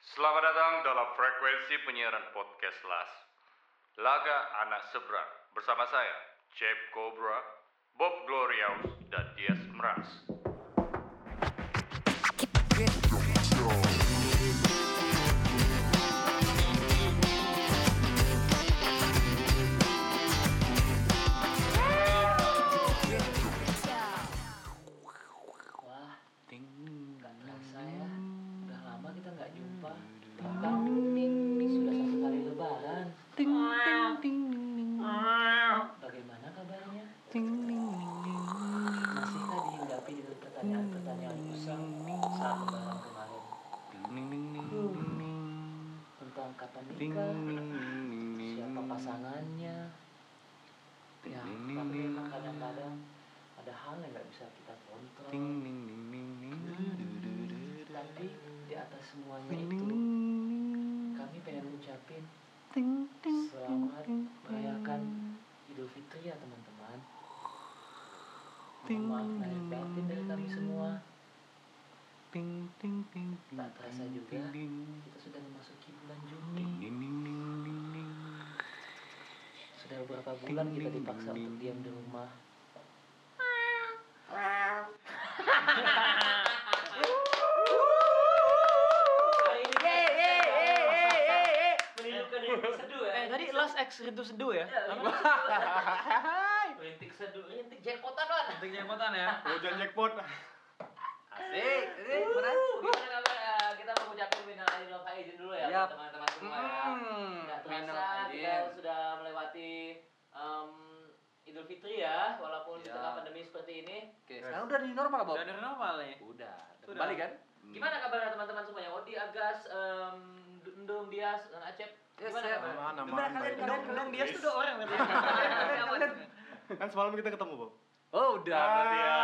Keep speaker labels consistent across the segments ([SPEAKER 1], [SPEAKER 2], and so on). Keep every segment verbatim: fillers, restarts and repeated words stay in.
[SPEAKER 1] Selamat datang dalam frekuensi penyiaran podcast Las Laga Anak Seberang bersama saya, Chef Cobra, Bob Gloriaus, dan Dias Meras.
[SPEAKER 2] Wah, nggak terasa ya. Udah lama kita nggak jumpa. Bahkan sudah satu kali lebaran. Bagaimana kabarnya? Masihkah dihinggapi dengan pertanyaan-pertanyaan usang saat lebaran kemarin? Uh, tentang kapan nikah, siapa pasangannya. Ya, tapi memang kadang-kadang ada hal yang nggak bisa kita kontrol. Tapi di atas semuanya itu, kami pengen ngucapin selamat merayakan Idul Fitri ya teman-teman. Mohon maaf lahir batin dari kami semua. Tak terasa juga kita sudah memasuki bulan Juni. Sudah beberapa bulan kita dipaksa untuk diam di rumah. Menimbulkan rintik seduh ya.
[SPEAKER 3] Eh tadi Last X Rindu Seduh ya?
[SPEAKER 2] Rintik seduh, rintik jackpotan kan?
[SPEAKER 3] Rintik jackpotan ya?
[SPEAKER 1] Hujan jackpot.
[SPEAKER 3] Asik, asik, benar.
[SPEAKER 2] Gimana kabar? Eh, kita mau ngucapin minal aidin wal faizin dulu ya
[SPEAKER 3] Yap.
[SPEAKER 2] buat teman-teman semua ya.
[SPEAKER 3] Hmm,
[SPEAKER 2] Nggak
[SPEAKER 3] minal
[SPEAKER 2] terasa
[SPEAKER 3] aidin.
[SPEAKER 2] kita sudah melewati em, Idul Fitri ya, walaupun di
[SPEAKER 3] Ya.
[SPEAKER 2] tengah pandemi seperti ini.
[SPEAKER 4] Oke, sekarang udah di normal, Bob?
[SPEAKER 3] Udah dari normal nih.
[SPEAKER 4] Udah, udah
[SPEAKER 3] Udah.
[SPEAKER 4] kembali kan?
[SPEAKER 2] Gimana kabarnya teman-teman semuanya? Odi, Agas, em, Ndung, Dias, dan Acep.
[SPEAKER 4] Yes,
[SPEAKER 2] Gimana
[SPEAKER 4] saya-
[SPEAKER 2] kabarnya?
[SPEAKER 1] Aman,
[SPEAKER 4] Benar,
[SPEAKER 1] aman,
[SPEAKER 4] kalian-
[SPEAKER 1] baik.
[SPEAKER 4] kalian-
[SPEAKER 3] Belum dia sudah orang berarti.
[SPEAKER 1] Kan semalam kita ketemu, Bob.
[SPEAKER 4] Oh, udah berarti ya.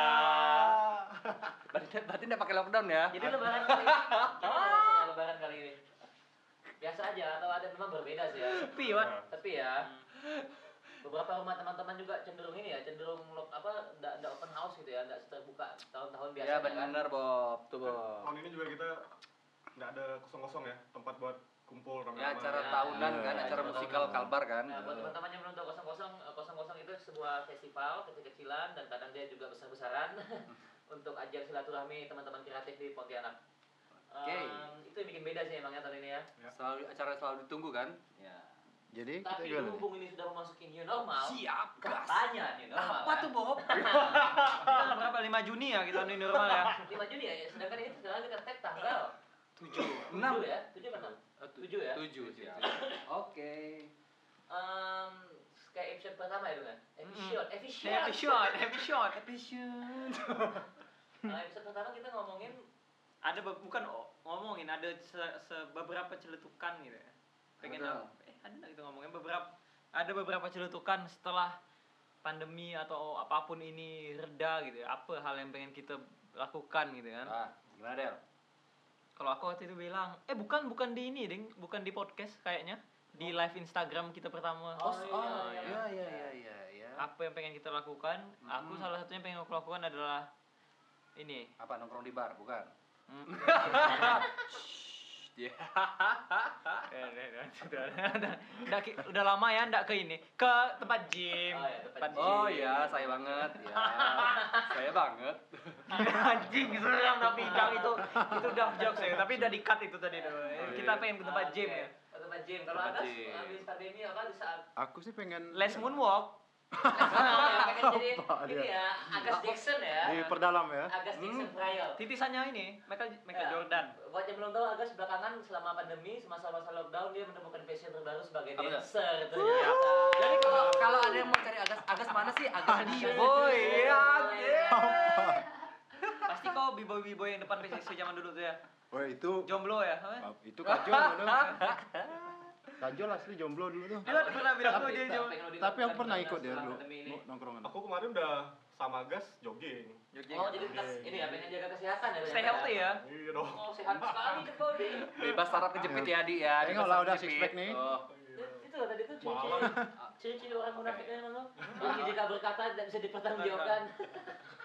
[SPEAKER 4] Berarti berarti enggak pakai lockdown ya?
[SPEAKER 2] Jadi lebaran kali ini, gimana rasanya lebaran kali ini? Biasa aja atau ada memang berbeda sih ya?
[SPEAKER 3] Sepi, Wan.
[SPEAKER 2] Tapi ya, beberapa rumah teman-teman juga cenderung ini ya, cenderung lock, apa, nggak nggak open house gitu ya, nggak terbuka tahun-tahun
[SPEAKER 4] Ya,
[SPEAKER 2] biasanya kan.
[SPEAKER 4] benar, Bob. Tuh, Bob.
[SPEAKER 5] Tahun ini juga kita nggak ada kosong-kosong ya, tempat buat kumpul
[SPEAKER 4] Ya,
[SPEAKER 5] ramai-ramai.
[SPEAKER 4] acara
[SPEAKER 2] Ya,
[SPEAKER 4] tahunan
[SPEAKER 2] ya,
[SPEAKER 4] kan,
[SPEAKER 2] ya,
[SPEAKER 4] acara
[SPEAKER 2] ya,
[SPEAKER 4] musikal
[SPEAKER 2] ya.
[SPEAKER 4] Kalbar kan.
[SPEAKER 2] Nah, buat teman-teman yang belum tahu kosong kosong, kosong kosong itu sebuah festival kecil-kecilan dan kadang dia juga besar-besaran untuk ajang silaturahmi teman-teman kreatif di Pontianak.
[SPEAKER 4] Oke.
[SPEAKER 2] Em, itu yang bikin beda sih emangnya tahun ini ya.
[SPEAKER 4] Selalu acara selalu ditunggu kan? Ya.
[SPEAKER 1] Jadi kita
[SPEAKER 2] Tapi
[SPEAKER 1] gimana?
[SPEAKER 2] berhubung ini sudah memasuki new normal,
[SPEAKER 4] Siap, gas.
[SPEAKER 2] katanya new normal.
[SPEAKER 4] Apa tuh, Bob?
[SPEAKER 3] Kita berapa? lima Juni ya kita ini normal ya?
[SPEAKER 2] lima Juni ya, sedangkan ini sekarang kita tag tanggal
[SPEAKER 4] tujuh,
[SPEAKER 2] tujuh
[SPEAKER 4] enam.
[SPEAKER 2] ya, tujuh apa enam? tujuh ya.
[SPEAKER 4] tujuh, siap. Oke.
[SPEAKER 2] Em, kayak episode pertama ya dong ya? Episode, episode.
[SPEAKER 3] Episode, episode, episode.
[SPEAKER 2] Nah, episode pertama kita ngomongin
[SPEAKER 3] Ada be- bukan o- ngomongin, ada se- se- beberapa celetukan gitu ya. Pengen
[SPEAKER 4] Ada.
[SPEAKER 3] apa? Eh, ada nggak kita ngomongin beberapa ada beberapa celetukan setelah pandemi atau apapun ini reda gitu ya. Apa hal yang pengen kita lakukan gitu kan?
[SPEAKER 4] Ah, gimana, Del?
[SPEAKER 3] Kalau aku waktu itu bilang, eh bukan bukan di ini, Ding, bukan di podcast kayaknya, di live Instagram kita pertama.
[SPEAKER 2] Oh,
[SPEAKER 4] Oh,
[SPEAKER 2] iya,
[SPEAKER 4] iya, iya, iya, iya, iya.
[SPEAKER 3] Apa yang pengen kita lakukan? Aku
[SPEAKER 4] Hmm.
[SPEAKER 3] salah satunya yang pengen aku lakukan adalah ini.
[SPEAKER 4] Apa, nongkrong di bar, bukan?
[SPEAKER 3] Hmm.
[SPEAKER 4] Ya.
[SPEAKER 3] Eh, eh, eh, sudah, udah, udah, ki- udah lama ya ndak ke ini, ke tempat gym.
[SPEAKER 2] Oh, iya, tempat gym.
[SPEAKER 4] Oh iya, saya banget. Ya. Saya banget.
[SPEAKER 3] Anjing seram tapi bidang itu itu udah jokes ya, tapi udah di-cut itu tadi tuh. Kita pengen ke tempat
[SPEAKER 2] Oke,
[SPEAKER 3] gym ya.
[SPEAKER 2] ke tempat gym. Kalau
[SPEAKER 4] Tempat
[SPEAKER 2] Agas
[SPEAKER 4] gym.
[SPEAKER 2] habis pandemi apa di saat
[SPEAKER 1] Aku sih pengen
[SPEAKER 3] Les moonwalk.
[SPEAKER 2] oh, ya, pengen jadi
[SPEAKER 1] Apa
[SPEAKER 2] ini
[SPEAKER 1] dia?
[SPEAKER 2] ya, Agas Jackson ya.
[SPEAKER 1] diperdalam ya.
[SPEAKER 2] Agas Jackson trial.
[SPEAKER 3] Titisannya ini, Michael Michael
[SPEAKER 2] Ya.
[SPEAKER 3] Jordan.
[SPEAKER 2] Buat yang belum tahu, Agas belakangan selama pandemi, semasa-masa lockdown dia menemukan passion terbaru sebagai
[SPEAKER 4] Apa tuh?
[SPEAKER 2] dancer ternyata.
[SPEAKER 4] Jadi kalau kalau ada yang mau cari Agas, Agas mana sih? Agas di
[SPEAKER 3] boy, ya,
[SPEAKER 2] Apa?
[SPEAKER 3] Pasti kau b-boy b-boy yang depan P C C zaman dulu tuh ya.
[SPEAKER 1] Wah, itu
[SPEAKER 3] Jomblo ya. apa?
[SPEAKER 1] itu kajol mana? Kajol asli jomblo dulu tuh.
[SPEAKER 3] Dia pernah bilang tuh
[SPEAKER 2] Tapi-
[SPEAKER 3] dia jomblo.
[SPEAKER 2] pengen lo
[SPEAKER 1] Tapi aku
[SPEAKER 2] dilakukan
[SPEAKER 1] pernah
[SPEAKER 2] karena
[SPEAKER 1] ikut dia
[SPEAKER 2] selama
[SPEAKER 1] dulu
[SPEAKER 2] pandemi ini.
[SPEAKER 1] nu- nongkrongan.
[SPEAKER 5] Aku kemarin udah sama Gas jogging.
[SPEAKER 2] Oh, jadi tetap ini ya, pengen jaga kesehatan ya.
[SPEAKER 3] Stay healthy ya.
[SPEAKER 5] Iya dong.
[SPEAKER 2] Oh, sehat sekali Ceko nih.
[SPEAKER 4] bebas saraf kejepit ya, Di ya.
[SPEAKER 1] Tengok
[SPEAKER 4] Bebas
[SPEAKER 1] lah,
[SPEAKER 4] saraf
[SPEAKER 1] udah
[SPEAKER 4] kejepit.
[SPEAKER 1] six pack nih.
[SPEAKER 4] Oh.
[SPEAKER 2] Itu tadi tuh ciri-ciri
[SPEAKER 5] Malam.
[SPEAKER 2] ciri-ciri orang munafiknya emang lo. Jadi jika berkata tidak bisa dipertanggungjawabkan.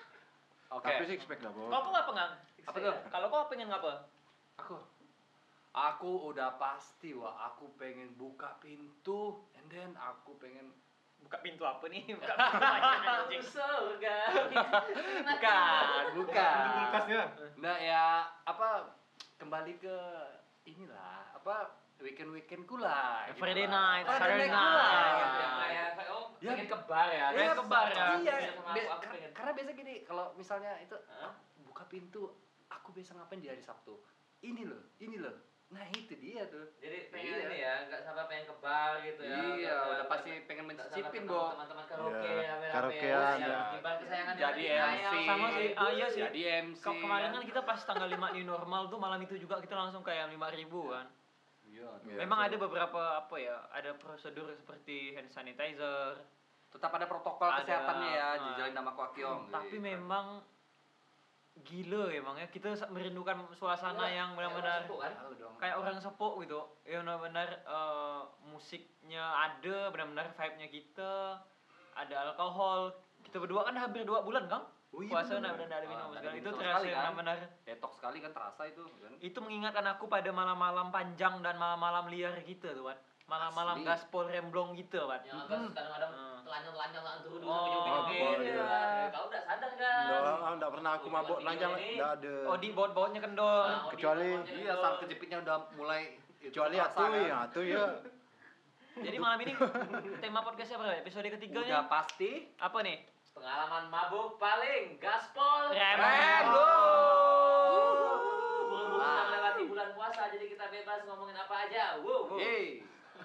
[SPEAKER 4] Oke.
[SPEAKER 1] Tapi six pack lah, Bob.
[SPEAKER 3] Kau apa nggak pengen?
[SPEAKER 4] Apa tuh?
[SPEAKER 3] Kalau kau pengen ngapa?
[SPEAKER 4] Aku Aku udah pasti wah aku pengen buka pintu and then aku pengen
[SPEAKER 3] Buka pintu apa nih? Buka pintu anjing.
[SPEAKER 2] Surga.
[SPEAKER 4] bukan,
[SPEAKER 5] Di
[SPEAKER 4] bukan.
[SPEAKER 5] kulkasnya.
[SPEAKER 4] Nah ya apa kembali ke inilah apa weekend-weekendku lah. gitu
[SPEAKER 3] Friday
[SPEAKER 4] lah.
[SPEAKER 3] night,
[SPEAKER 4] Friday
[SPEAKER 3] Saturday
[SPEAKER 4] night
[SPEAKER 3] night.
[SPEAKER 4] lah.
[SPEAKER 2] Yang kayak kayak oh
[SPEAKER 4] Ya.
[SPEAKER 2] pengen kebar ya.
[SPEAKER 4] Iya,
[SPEAKER 3] Pengen kebar ya.
[SPEAKER 4] Iya.
[SPEAKER 2] Beda sama
[SPEAKER 4] Be-
[SPEAKER 2] aku, aku
[SPEAKER 4] kar-
[SPEAKER 2] pengen.
[SPEAKER 4] karena biasa gini kalau misalnya itu
[SPEAKER 2] Hah?
[SPEAKER 4] buka pintu aku biasa ngapain di hari Sabtu. Ini loh, ini loh. Nah itu dia tuh.
[SPEAKER 2] Jadi pengen
[SPEAKER 4] Iya.
[SPEAKER 2] ini ya, nggak sabar pengen kebar gitu ya.
[SPEAKER 4] Iya,
[SPEAKER 2] Nggak-
[SPEAKER 4] udah
[SPEAKER 2] nggak-
[SPEAKER 4] pasti pengen
[SPEAKER 2] nggak sabar
[SPEAKER 4] mencicipin,
[SPEAKER 2] ketemu
[SPEAKER 4] Bo.
[SPEAKER 2] teman-teman karaoke
[SPEAKER 6] Iya,
[SPEAKER 2] rame-rame.
[SPEAKER 6] karaokean,
[SPEAKER 2] Oh,
[SPEAKER 6] ya.
[SPEAKER 2] Tiba kesayangan
[SPEAKER 4] Jadi
[SPEAKER 2] yang
[SPEAKER 4] M C.
[SPEAKER 3] Sama sih, ah, iya sih.
[SPEAKER 4] Jadi M C.
[SPEAKER 3] Ke- kemarin kan kita pas tanggal lima new normal tuh malam itu juga kita langsung kayak lima ribu kan.
[SPEAKER 4] Iya, tuh.
[SPEAKER 6] Iya,
[SPEAKER 3] Memang
[SPEAKER 6] seru.
[SPEAKER 3] ada beberapa apa ya, ada prosedur seperti hand sanitizer.
[SPEAKER 4] Tetap ada protokol
[SPEAKER 3] Ada,
[SPEAKER 4] kesehatannya ya,
[SPEAKER 3] ah.
[SPEAKER 4] dijalin nama Kwakyong.
[SPEAKER 3] Tapi
[SPEAKER 4] gitu.
[SPEAKER 3] memang gila emang ya, kita sa- merindukan suasana
[SPEAKER 2] Iya,
[SPEAKER 3] yang
[SPEAKER 2] kayak
[SPEAKER 3] benar-benar
[SPEAKER 2] orang sepuh kan.
[SPEAKER 4] Tahu dong.
[SPEAKER 3] kayak orang sepuh gitu. Yang benar-benar eh, musiknya ada, benar-benar vibe-nya kita, ada alkohol. Kita berdua kan hampir dua bulan, Kang.
[SPEAKER 4] Oh iya,
[SPEAKER 3] Puasa
[SPEAKER 4] bener.
[SPEAKER 3] nggak ada ada
[SPEAKER 4] Ah,
[SPEAKER 3] minum
[SPEAKER 4] nggak ada
[SPEAKER 3] segala.
[SPEAKER 4] minum
[SPEAKER 3] Itu
[SPEAKER 4] sama
[SPEAKER 3] terasa
[SPEAKER 4] sekali, kan?
[SPEAKER 3] benar-benar.
[SPEAKER 4] Detox sekali kan terasa itu kan.
[SPEAKER 3] Itu mengingatkan aku pada malam-malam panjang dan malam-malam liar gitu tuh, Pak. Malam-malam
[SPEAKER 4] Asli.
[SPEAKER 3] gaspol remblong gitu, Pak.
[SPEAKER 2] Yang agak kadang-kadang
[SPEAKER 3] Hmm.
[SPEAKER 2] telanjang-telanjang lah turun
[SPEAKER 3] Oh,
[SPEAKER 2] sampai joget-joget
[SPEAKER 6] iya.
[SPEAKER 2] gitu kan. Kau udah sadar kan?
[SPEAKER 6] Enggak, enggak pernah aku
[SPEAKER 2] Oh,
[SPEAKER 6] mabuk
[SPEAKER 2] buat
[SPEAKER 6] lanjang,
[SPEAKER 2] video ini.
[SPEAKER 6] enggak ada.
[SPEAKER 3] Oh, di baut-bautnya kendor.
[SPEAKER 2] Nah, oh,
[SPEAKER 6] kecuali-
[SPEAKER 2] di-
[SPEAKER 4] Iya, saat kejepitnya udah mulai itu
[SPEAKER 6] Kecuali
[SPEAKER 4] terasa,
[SPEAKER 6] atuh
[SPEAKER 4] kan.
[SPEAKER 6] ya, atuh ya.
[SPEAKER 3] Jadi malam ini tema podcastnya apa? Episode ketiga nih.
[SPEAKER 4] Udah pasti
[SPEAKER 3] Apa nih?
[SPEAKER 2] Pengalaman mabuk paling gaspol.
[SPEAKER 3] Remblong.
[SPEAKER 2] Berhubung sudah melewati bulan puasa, jadi kita bebas ngomongin apa aja. Wow.
[SPEAKER 4] Yeay.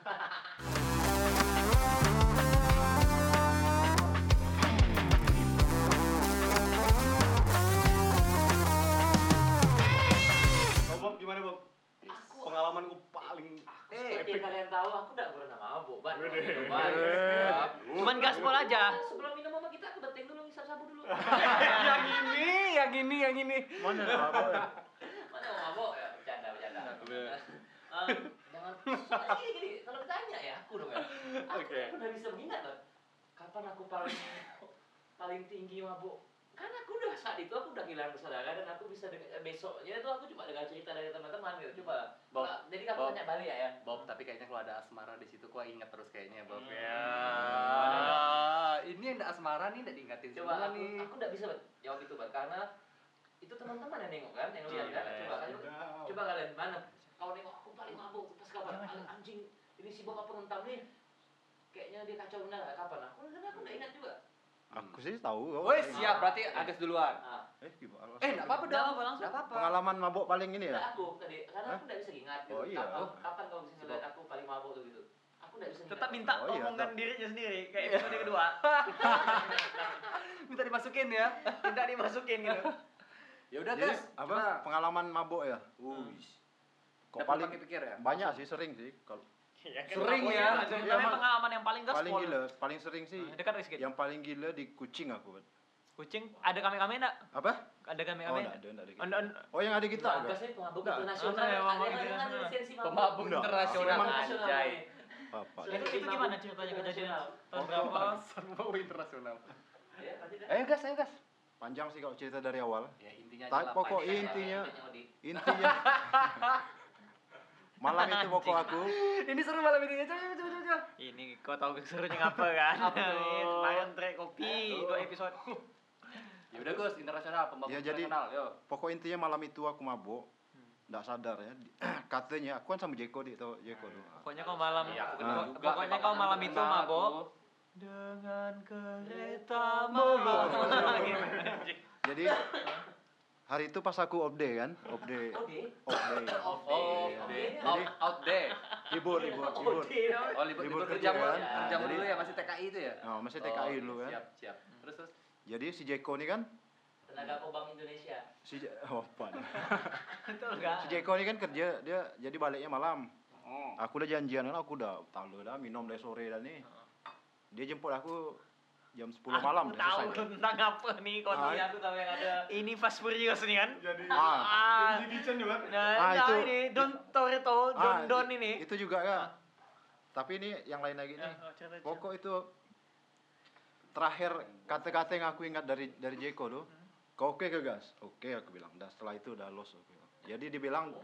[SPEAKER 5] Oh, Bob, gimana Bob?
[SPEAKER 2] Aku
[SPEAKER 5] Pengalamanku paling
[SPEAKER 4] Eh,
[SPEAKER 2] seperti yang kalian tahu, aku udah pernah mabuk, Ban.
[SPEAKER 5] Wede.
[SPEAKER 2] Ban.
[SPEAKER 3] Cuman gaspol aja.
[SPEAKER 2] Sebelum minum sama kita, aku beteng dulu, ngisap sabu dulu.
[SPEAKER 4] yang ini, yang ini, yang ini.
[SPEAKER 6] Mana mabuk ya?
[SPEAKER 2] Mana mau mabuk? Ya, bercanda, bercanda. Eh, jangan, soalnya gini, gini, kalau ditanya ya, aku dong ya. Aku
[SPEAKER 4] Oke.
[SPEAKER 2] udah bisa mengingat loh. Kapan aku paling paling tinggi mabuk? Karena aku udah saat itu aku udah kehilangan kesadaran dan aku bisa dengar, besoknya tuh aku cuma dengar cerita dari teman-teman gitu. Coba.
[SPEAKER 4] Bob,
[SPEAKER 2] Nah, jadi kamu
[SPEAKER 4] Bob.
[SPEAKER 2] tanya balik ya ya.
[SPEAKER 4] Bob, tapi kayaknya kalau ada asmara di situ, gua ingat terus kayaknya, Bob.
[SPEAKER 2] Hmm.
[SPEAKER 4] Ya. Ini yang ada asmara nih, enggak diingatin
[SPEAKER 2] Coba
[SPEAKER 4] semua
[SPEAKER 2] aku,
[SPEAKER 4] nih.
[SPEAKER 2] aku nggak bisa Bet, jawab itu Bat karena itu teman-teman yang nengok kan, yang lihat kan.
[SPEAKER 4] Iya.
[SPEAKER 2] Coba kalian,
[SPEAKER 5] Udah.
[SPEAKER 2] coba kalian mana? Kau nengok aku paling mabuk pas kapan? An- Anjing, ini si Bob apa ngentang nih? Kayaknya dia kacau benar kapan? Aku karena aku nggak ingat juga.
[SPEAKER 6] Aku sih tahu. oh.
[SPEAKER 4] Woi, siap berarti Agus duluan.
[SPEAKER 2] Nah,
[SPEAKER 6] Eh, gimana?
[SPEAKER 4] Eh, enggak apa-apa
[SPEAKER 3] Nggak
[SPEAKER 4] dong.
[SPEAKER 3] apa-apa, langsung.
[SPEAKER 4] Enggak apa-apa.
[SPEAKER 6] Pengalaman mabuk paling ini ya?
[SPEAKER 2] Enggak aku tadi, karena aku nggak bisa ingat gitu.
[SPEAKER 6] Oh, iya.
[SPEAKER 2] Kapan, kapan kau bisa ngeliat aku paling mabuk tuh gitu? Aku nggak bisa ingat.
[SPEAKER 3] Tetap minta
[SPEAKER 6] Oh, iya,
[SPEAKER 3] omongan
[SPEAKER 6] tetap.
[SPEAKER 3] dirinya sendiri kayak episode kedua.
[SPEAKER 4] Minta dimasukin ya.
[SPEAKER 3] Minta dimasukin gitu.
[SPEAKER 4] Ya udah,
[SPEAKER 6] Jadi
[SPEAKER 4] guys.
[SPEAKER 6] apa? Pengalaman mabuk ya?
[SPEAKER 4] Wih.
[SPEAKER 6] Kok
[SPEAKER 4] Nggak
[SPEAKER 6] paling
[SPEAKER 4] perlu pakai pikir ya?
[SPEAKER 6] banyak sih, sering sih. Kalau
[SPEAKER 4] Sering ya.
[SPEAKER 3] Jadi
[SPEAKER 6] Iya, emang.
[SPEAKER 3] pengalaman yang paling gaspol.
[SPEAKER 6] paling gila, paling sering sih.
[SPEAKER 3] Ah, dekat sedikit.
[SPEAKER 6] Yang paling gila di kucing aku. Bet.
[SPEAKER 3] Kucing ada kami-kami enggak?
[SPEAKER 6] Apa?
[SPEAKER 3] Ada
[SPEAKER 6] Oh,
[SPEAKER 3] kami-kami.
[SPEAKER 6] enggak ada, enggak ada.
[SPEAKER 3] On, on,
[SPEAKER 6] Oh, yang ada kita
[SPEAKER 2] Nah,
[SPEAKER 6] enggak?
[SPEAKER 2] biasanya pemabuk
[SPEAKER 6] Nggak.
[SPEAKER 2] internasional,
[SPEAKER 3] Ah,
[SPEAKER 2] ada
[SPEAKER 3] memang
[SPEAKER 2] yang ada
[SPEAKER 3] internasional.
[SPEAKER 2] lisensi mabuk.
[SPEAKER 4] Pemabuk
[SPEAKER 6] Enggak.
[SPEAKER 4] internasional
[SPEAKER 6] Memang-
[SPEAKER 4] anjay.
[SPEAKER 6] Apa?
[SPEAKER 3] itu, itu gimana ceritanya kejadian tahun
[SPEAKER 6] Oh,
[SPEAKER 3] berapa?
[SPEAKER 4] Pemabuk internasional.
[SPEAKER 2] Ya, berarti dah.
[SPEAKER 4] Ayo, gas, ayo, gas.
[SPEAKER 6] Panjang sih kalau cerita dari awal.
[SPEAKER 4] Ya intinya
[SPEAKER 6] Tak,
[SPEAKER 4] aja lah,
[SPEAKER 6] pokok
[SPEAKER 4] Pak.
[SPEAKER 6] intinya.
[SPEAKER 2] Tanya Odi.
[SPEAKER 6] Intinya malam itu pokok aku
[SPEAKER 4] Ini seru malam ini. Coba, coba, coba, coba.
[SPEAKER 3] Ini kau tahu serunya ngapa kan?
[SPEAKER 4] Apa tuh?
[SPEAKER 3] Ini Mayan trek kopi dua episode.
[SPEAKER 4] Ya udah, Gus, internasional, pemabuk
[SPEAKER 6] Ya, jadi-
[SPEAKER 4] internasional. Yo.
[SPEAKER 6] pokok intinya malam itu aku mabuk. Enggak sadar ya. Katanya aku kan sama Jeko di tau Jeko tuh.
[SPEAKER 3] Pokoknya kau malam
[SPEAKER 4] Iya, aku
[SPEAKER 6] Ah.
[SPEAKER 4] kenal juga.
[SPEAKER 3] pokoknya kau malam itu
[SPEAKER 4] Kenal
[SPEAKER 3] mabuk
[SPEAKER 4] aku.
[SPEAKER 3] dengan kereta malam.
[SPEAKER 6] Jadi hari itu pas aku off day kan, off day,
[SPEAKER 2] Odi.
[SPEAKER 6] off day.
[SPEAKER 2] Off
[SPEAKER 4] Oh,
[SPEAKER 2] day.
[SPEAKER 4] oke.
[SPEAKER 2] Jadi-
[SPEAKER 4] Out, out day.
[SPEAKER 6] Libur, libur, libur.
[SPEAKER 2] Odi.
[SPEAKER 4] Oh, libur, libur
[SPEAKER 6] Libur
[SPEAKER 4] kerja,
[SPEAKER 6] kerja,
[SPEAKER 4] kan?
[SPEAKER 6] kan?
[SPEAKER 4] Kerja
[SPEAKER 6] Jadi-
[SPEAKER 4] dulu ya, masih T K I itu ya?
[SPEAKER 6] Nah, masih T K I
[SPEAKER 4] Oh,
[SPEAKER 6] dulu kan.
[SPEAKER 4] Siap, siap. Terus, terus.
[SPEAKER 6] Jadi si Jeko ini kan,
[SPEAKER 2] Tenaga Kobang Indonesia.
[SPEAKER 6] si Je- oh, apa?
[SPEAKER 3] Betul enggak?
[SPEAKER 6] Si Jeko ini kan kerja, dia jadi baliknya malam.
[SPEAKER 4] Oh.
[SPEAKER 6] Aku udah janjian kan, aku udah tahu dah minum dari sore dan nih. Dia jemput aku jam sepuluh malam
[SPEAKER 3] Aku
[SPEAKER 6] udah
[SPEAKER 3] tahu
[SPEAKER 6] selesai.
[SPEAKER 3] tentang apa nih kau
[SPEAKER 6] Ah,
[SPEAKER 3] nih.
[SPEAKER 2] Aku tahu yang ada.
[SPEAKER 3] Ini Fast Furious nih kan?
[SPEAKER 5] Jadi
[SPEAKER 6] Ah,
[SPEAKER 3] Ah,
[SPEAKER 5] di kitchen juga.
[SPEAKER 3] nah,
[SPEAKER 6] Ah,
[SPEAKER 3] nah
[SPEAKER 6] itu-
[SPEAKER 3] ini Don Toretto, Don
[SPEAKER 6] ah,
[SPEAKER 3] Don
[SPEAKER 6] i-
[SPEAKER 3] ini.
[SPEAKER 6] Itu juga ya. Tapi ini yang lain lagi
[SPEAKER 3] Ya,
[SPEAKER 6] nih.
[SPEAKER 3] oh, cerita- cerita.
[SPEAKER 6] Pokok itu terakhir kata-kata yang aku ingat dari dari Jeko tuh, kau oke ke gas? Oke aku bilang. Dan setelah itu udah los aku bilang. Jadi dibilang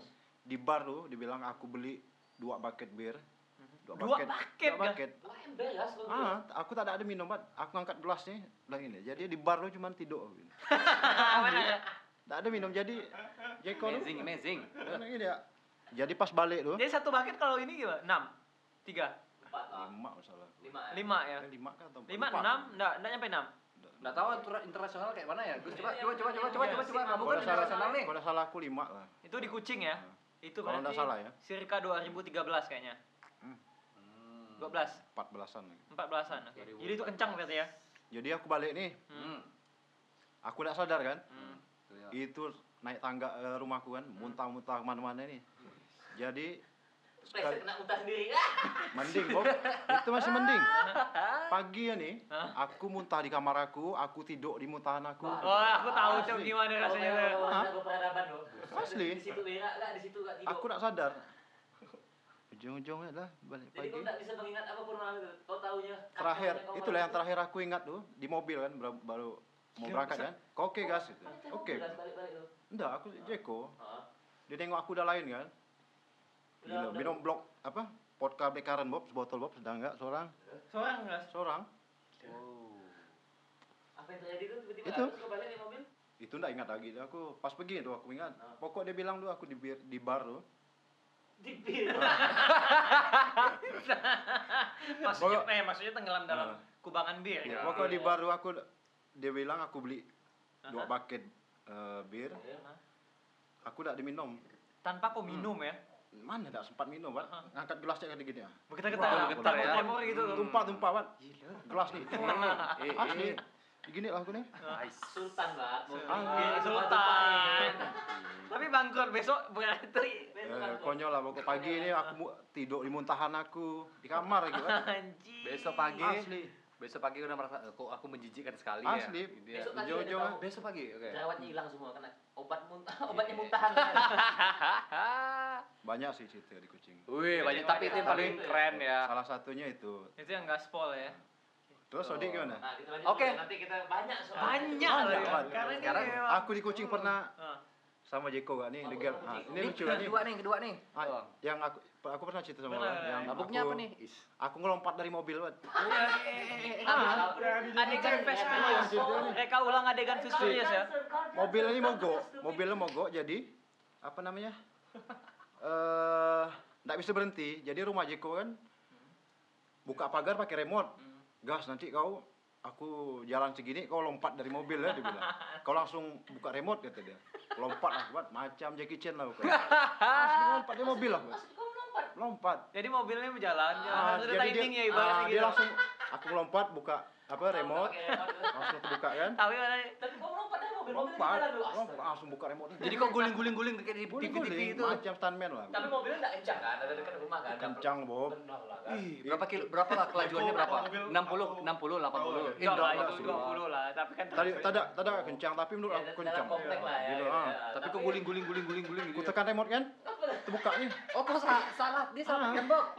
[SPEAKER 6] di bar tuh dibilang aku beli dua bucket bir. Dua
[SPEAKER 3] Dua
[SPEAKER 6] bucket.
[SPEAKER 3] bucket,
[SPEAKER 6] Dua
[SPEAKER 3] kan?
[SPEAKER 6] bucket.
[SPEAKER 2] Wah, ember ya kalau
[SPEAKER 6] Ah, aku tak ada minum, Bat. Aku angkat gelasnya, bilang ini. Jadi di bar lu cuma tidur. Tak ada minum, jadi Jeko lu.
[SPEAKER 4] Amazing, amazing.
[SPEAKER 6] Bilang ini ya. Jadi pas balik tuh.
[SPEAKER 3] Jadi satu bucket kalau ini gimana? enam. tiga.
[SPEAKER 2] empat lah.
[SPEAKER 6] Lima masalah.
[SPEAKER 2] Lima. ya?
[SPEAKER 3] lima ya.
[SPEAKER 6] Eh, lima kan atau empat?
[SPEAKER 3] lima,
[SPEAKER 6] Lupa.
[SPEAKER 3] enam, enggak, enggak nyampe enam.
[SPEAKER 4] Nggak tahu aturan internasional kayak mana ya. Gus coba
[SPEAKER 2] Iya,
[SPEAKER 4] coba coba coba coba
[SPEAKER 3] iya,
[SPEAKER 4] coba coba.
[SPEAKER 3] sih,
[SPEAKER 4] Kamu
[SPEAKER 6] Kalau
[SPEAKER 4] kan
[SPEAKER 6] nggak salah,
[SPEAKER 4] internasional nih.
[SPEAKER 6] kalau nggak salah aku lima lah.
[SPEAKER 3] Itu di Kucing ya.
[SPEAKER 6] Nah.
[SPEAKER 3] Itu
[SPEAKER 6] Kalau
[SPEAKER 3] berarti
[SPEAKER 6] nggak salah ya.
[SPEAKER 3] circa dua ribu tiga belas kayaknya. dua belas,
[SPEAKER 6] Empat belasan lagi.
[SPEAKER 3] empat belasan. Oke. Jadi itu kencang berarti ya.
[SPEAKER 6] Jadi aku balik nih,
[SPEAKER 4] Hmm.
[SPEAKER 6] aku nggak sadar kan.
[SPEAKER 3] Hmm.
[SPEAKER 6] Itu naik tangga eh, rumahku kan, muntah-muntah kemana-mana nih. Jadi
[SPEAKER 2] Pleset kena muntah sendiri. Ah!
[SPEAKER 6] mending, Bob. Itu masih mending. Pagi ya nih, aku muntah di kamar aku, aku tidur di muntahan aku.
[SPEAKER 3] Oh, aku tahu tuh
[SPEAKER 6] Asli.
[SPEAKER 3] gimana
[SPEAKER 2] Kalau
[SPEAKER 3] rasanya.
[SPEAKER 2] memang
[SPEAKER 3] tuh.
[SPEAKER 2] mau
[SPEAKER 6] Hah?
[SPEAKER 2] jago peradaban loh.
[SPEAKER 6] Asli.
[SPEAKER 2] Di situ berak enggak, di situ enggak tidur.
[SPEAKER 6] Aku nggak sadar. Ujung-ujungnya lah balik
[SPEAKER 2] Jadi kau
[SPEAKER 6] pagi.
[SPEAKER 2] enggak bisa mengingat apapun malam itu. Kau taunya
[SPEAKER 6] Terakhir,
[SPEAKER 2] kacau, kau
[SPEAKER 6] itulah
[SPEAKER 2] malam
[SPEAKER 6] yang terakhir aku ingat tuh di mobil kan, baru, baru mau berangkat kan. Kau oke gas gitu.
[SPEAKER 2] Mana tengok
[SPEAKER 6] Oke.
[SPEAKER 2] jelas balik-balik tuh.
[SPEAKER 6] Enggak, aku Jeko.
[SPEAKER 2] Heeh.
[SPEAKER 6] Dia nengok aku udah lain kan.
[SPEAKER 2] Udah-
[SPEAKER 6] Gila,
[SPEAKER 2] udah-
[SPEAKER 6] minum blok apa? Vodka Blackcurrant Bob, sebotol Bob, sedang enggak seorang?
[SPEAKER 3] Seorang enggak?
[SPEAKER 6] Seorang.
[SPEAKER 2] Apa yang terjadi tuh tiba-tiba
[SPEAKER 6] Itu.
[SPEAKER 2] terus kau balik di mobil?
[SPEAKER 6] Itu enggak ingat lagi. Aku pas pergi tuh aku ingat. Pokok dia bilang tuh aku di bir, di bar tuh.
[SPEAKER 2] Di bir.
[SPEAKER 3] Maksudnya eh maksudnya tenggelam dalam
[SPEAKER 6] Ah.
[SPEAKER 3] kubangan bir.
[SPEAKER 6] Ya,
[SPEAKER 3] ya.
[SPEAKER 6] pokok di bar tuh aku dia bilang aku beli dua bucket eh, bir. Aku enggak diminum.
[SPEAKER 3] Tanpa kau minum ya.
[SPEAKER 6] Mana enggak sempat minum, Pak. Ngangkat gelasnya kan gini ya.
[SPEAKER 3] Bergetar-getar.
[SPEAKER 4] Wah, bergetar ya.
[SPEAKER 3] Tremor gitu tuh.
[SPEAKER 6] Tumpah-tumpah, Pak. Gelas nih.
[SPEAKER 4] Eh,
[SPEAKER 6] Asli.
[SPEAKER 4] eh.
[SPEAKER 6] Gini lah aku nih.
[SPEAKER 2] Sultan, Pak. Mobil.
[SPEAKER 3] Ah,
[SPEAKER 2] Ah,
[SPEAKER 3] Sultan. Tapi bangkrut besok berarti.
[SPEAKER 6] Eh, konyol lah pokok pagi ini aku mu- tidur di muntahan aku di kamar gitu kan.
[SPEAKER 3] Anjing.
[SPEAKER 4] Besok pagi.
[SPEAKER 6] Asli.
[SPEAKER 4] Besok pagi udah merasa eh, kok aku menjijikkan sekali
[SPEAKER 6] Asli.
[SPEAKER 4] ya. Gitu ya.
[SPEAKER 2] Besok pagi
[SPEAKER 6] Ujung-ujung
[SPEAKER 2] ada tahu.
[SPEAKER 4] Besok pagi, oke.
[SPEAKER 2] Jerawatnya hilang semua karena obat muntah, obatnya muntahan.
[SPEAKER 6] Banyak sih cerita di kucing.
[SPEAKER 4] Wih, banyak tapi itu yang paling keren ya.
[SPEAKER 6] Salah satunya itu.
[SPEAKER 3] Itu yang gaspol ya.
[SPEAKER 6] Terus Odi gimana?
[SPEAKER 2] Nah, kita lanjut
[SPEAKER 4] Oke.
[SPEAKER 2] dulu. Nanti kita banyak soal
[SPEAKER 3] Banyak
[SPEAKER 6] Banyak,
[SPEAKER 3] loh.
[SPEAKER 6] Pak.
[SPEAKER 3] Karena ini
[SPEAKER 4] Sekarang
[SPEAKER 3] memang
[SPEAKER 6] Aku di kucing pernah
[SPEAKER 3] Ah.
[SPEAKER 6] sama Jeko gak nih,
[SPEAKER 2] Oh,
[SPEAKER 6] Degel.
[SPEAKER 2] sama
[SPEAKER 6] Ah,
[SPEAKER 2] Jeko.
[SPEAKER 6] ini
[SPEAKER 4] Ini
[SPEAKER 6] lucu lah nih.
[SPEAKER 4] kedua nih, kedua nih.
[SPEAKER 6] Ah,
[SPEAKER 4] Oh.
[SPEAKER 6] yang aku aku pernah cerita sama
[SPEAKER 3] Pernah,
[SPEAKER 6] orang yang
[SPEAKER 4] Mabuknya
[SPEAKER 6] aku,
[SPEAKER 4] apa nih? Is.
[SPEAKER 6] Aku ngelompat dari mobil, Pak.
[SPEAKER 3] Ah, adegan Fast Furious. Reka ulang adegan Fast Furious ya.
[SPEAKER 6] Mobil ini mogok, mobilnya mogok jadi apa namanya? Eh, enggak bisa berhenti. Jadi rumah Jeko kan buka pagar pakai remote. Gas nanti kau aku jalan segini kau lompat dari mobil ya dia bilang. Kau langsung buka remote kata dia. Lompat lah buat macam Jackie Chan lah bukan. Asli lompat dari mobil lah. Buat. Lompat.
[SPEAKER 3] Jadi mobilnya berjalan,
[SPEAKER 6] Ah,
[SPEAKER 3] jalan harus ada
[SPEAKER 6] jadi
[SPEAKER 3] timing
[SPEAKER 6] dia,
[SPEAKER 3] ya ibaratnya
[SPEAKER 6] ah,
[SPEAKER 3] gitu.
[SPEAKER 6] dia langsung aku lompat buka apa remote langsung kebuka kan.
[SPEAKER 3] Tapi mana
[SPEAKER 2] Tapi kau melompat dari mobil, mobilnya
[SPEAKER 6] Lompat,
[SPEAKER 2] jalan dulu.
[SPEAKER 6] lompat langsung buka remote.
[SPEAKER 4] Jadi kok guling-guling-guling kayak di T V T V
[SPEAKER 6] Guling-guling,
[SPEAKER 4] itu.
[SPEAKER 6] macam stuntman lah.
[SPEAKER 2] Tapi mobilnya enggak kencang kan, ada dekat rumah kan.
[SPEAKER 6] Kencang, Bob.
[SPEAKER 2] Benar lah kan.
[SPEAKER 4] Ih, berapa kilo berapa lah kelajuannya berapa? enam puluh, enam puluh, delapan puluh.
[SPEAKER 3] enggak
[SPEAKER 4] Eh,
[SPEAKER 3] lah
[SPEAKER 4] enggak,
[SPEAKER 3] itu
[SPEAKER 4] enggak,
[SPEAKER 3] dua puluh lah, tapi kan
[SPEAKER 6] Tadi tada tada kencang tapi menurut
[SPEAKER 2] Ya,
[SPEAKER 6] aku
[SPEAKER 2] dalam
[SPEAKER 6] kencang.
[SPEAKER 2] komplek lah ya.
[SPEAKER 6] Gitu,
[SPEAKER 2] gitu
[SPEAKER 6] ah.
[SPEAKER 2] ya.
[SPEAKER 4] Tapi kok guling-guling-guling-guling-guling
[SPEAKER 6] Aku
[SPEAKER 4] gitu. ya?
[SPEAKER 6] tekan remote kan, terbukanya.
[SPEAKER 4] Oh, kok sa- salah? Dia salah kan, Bob?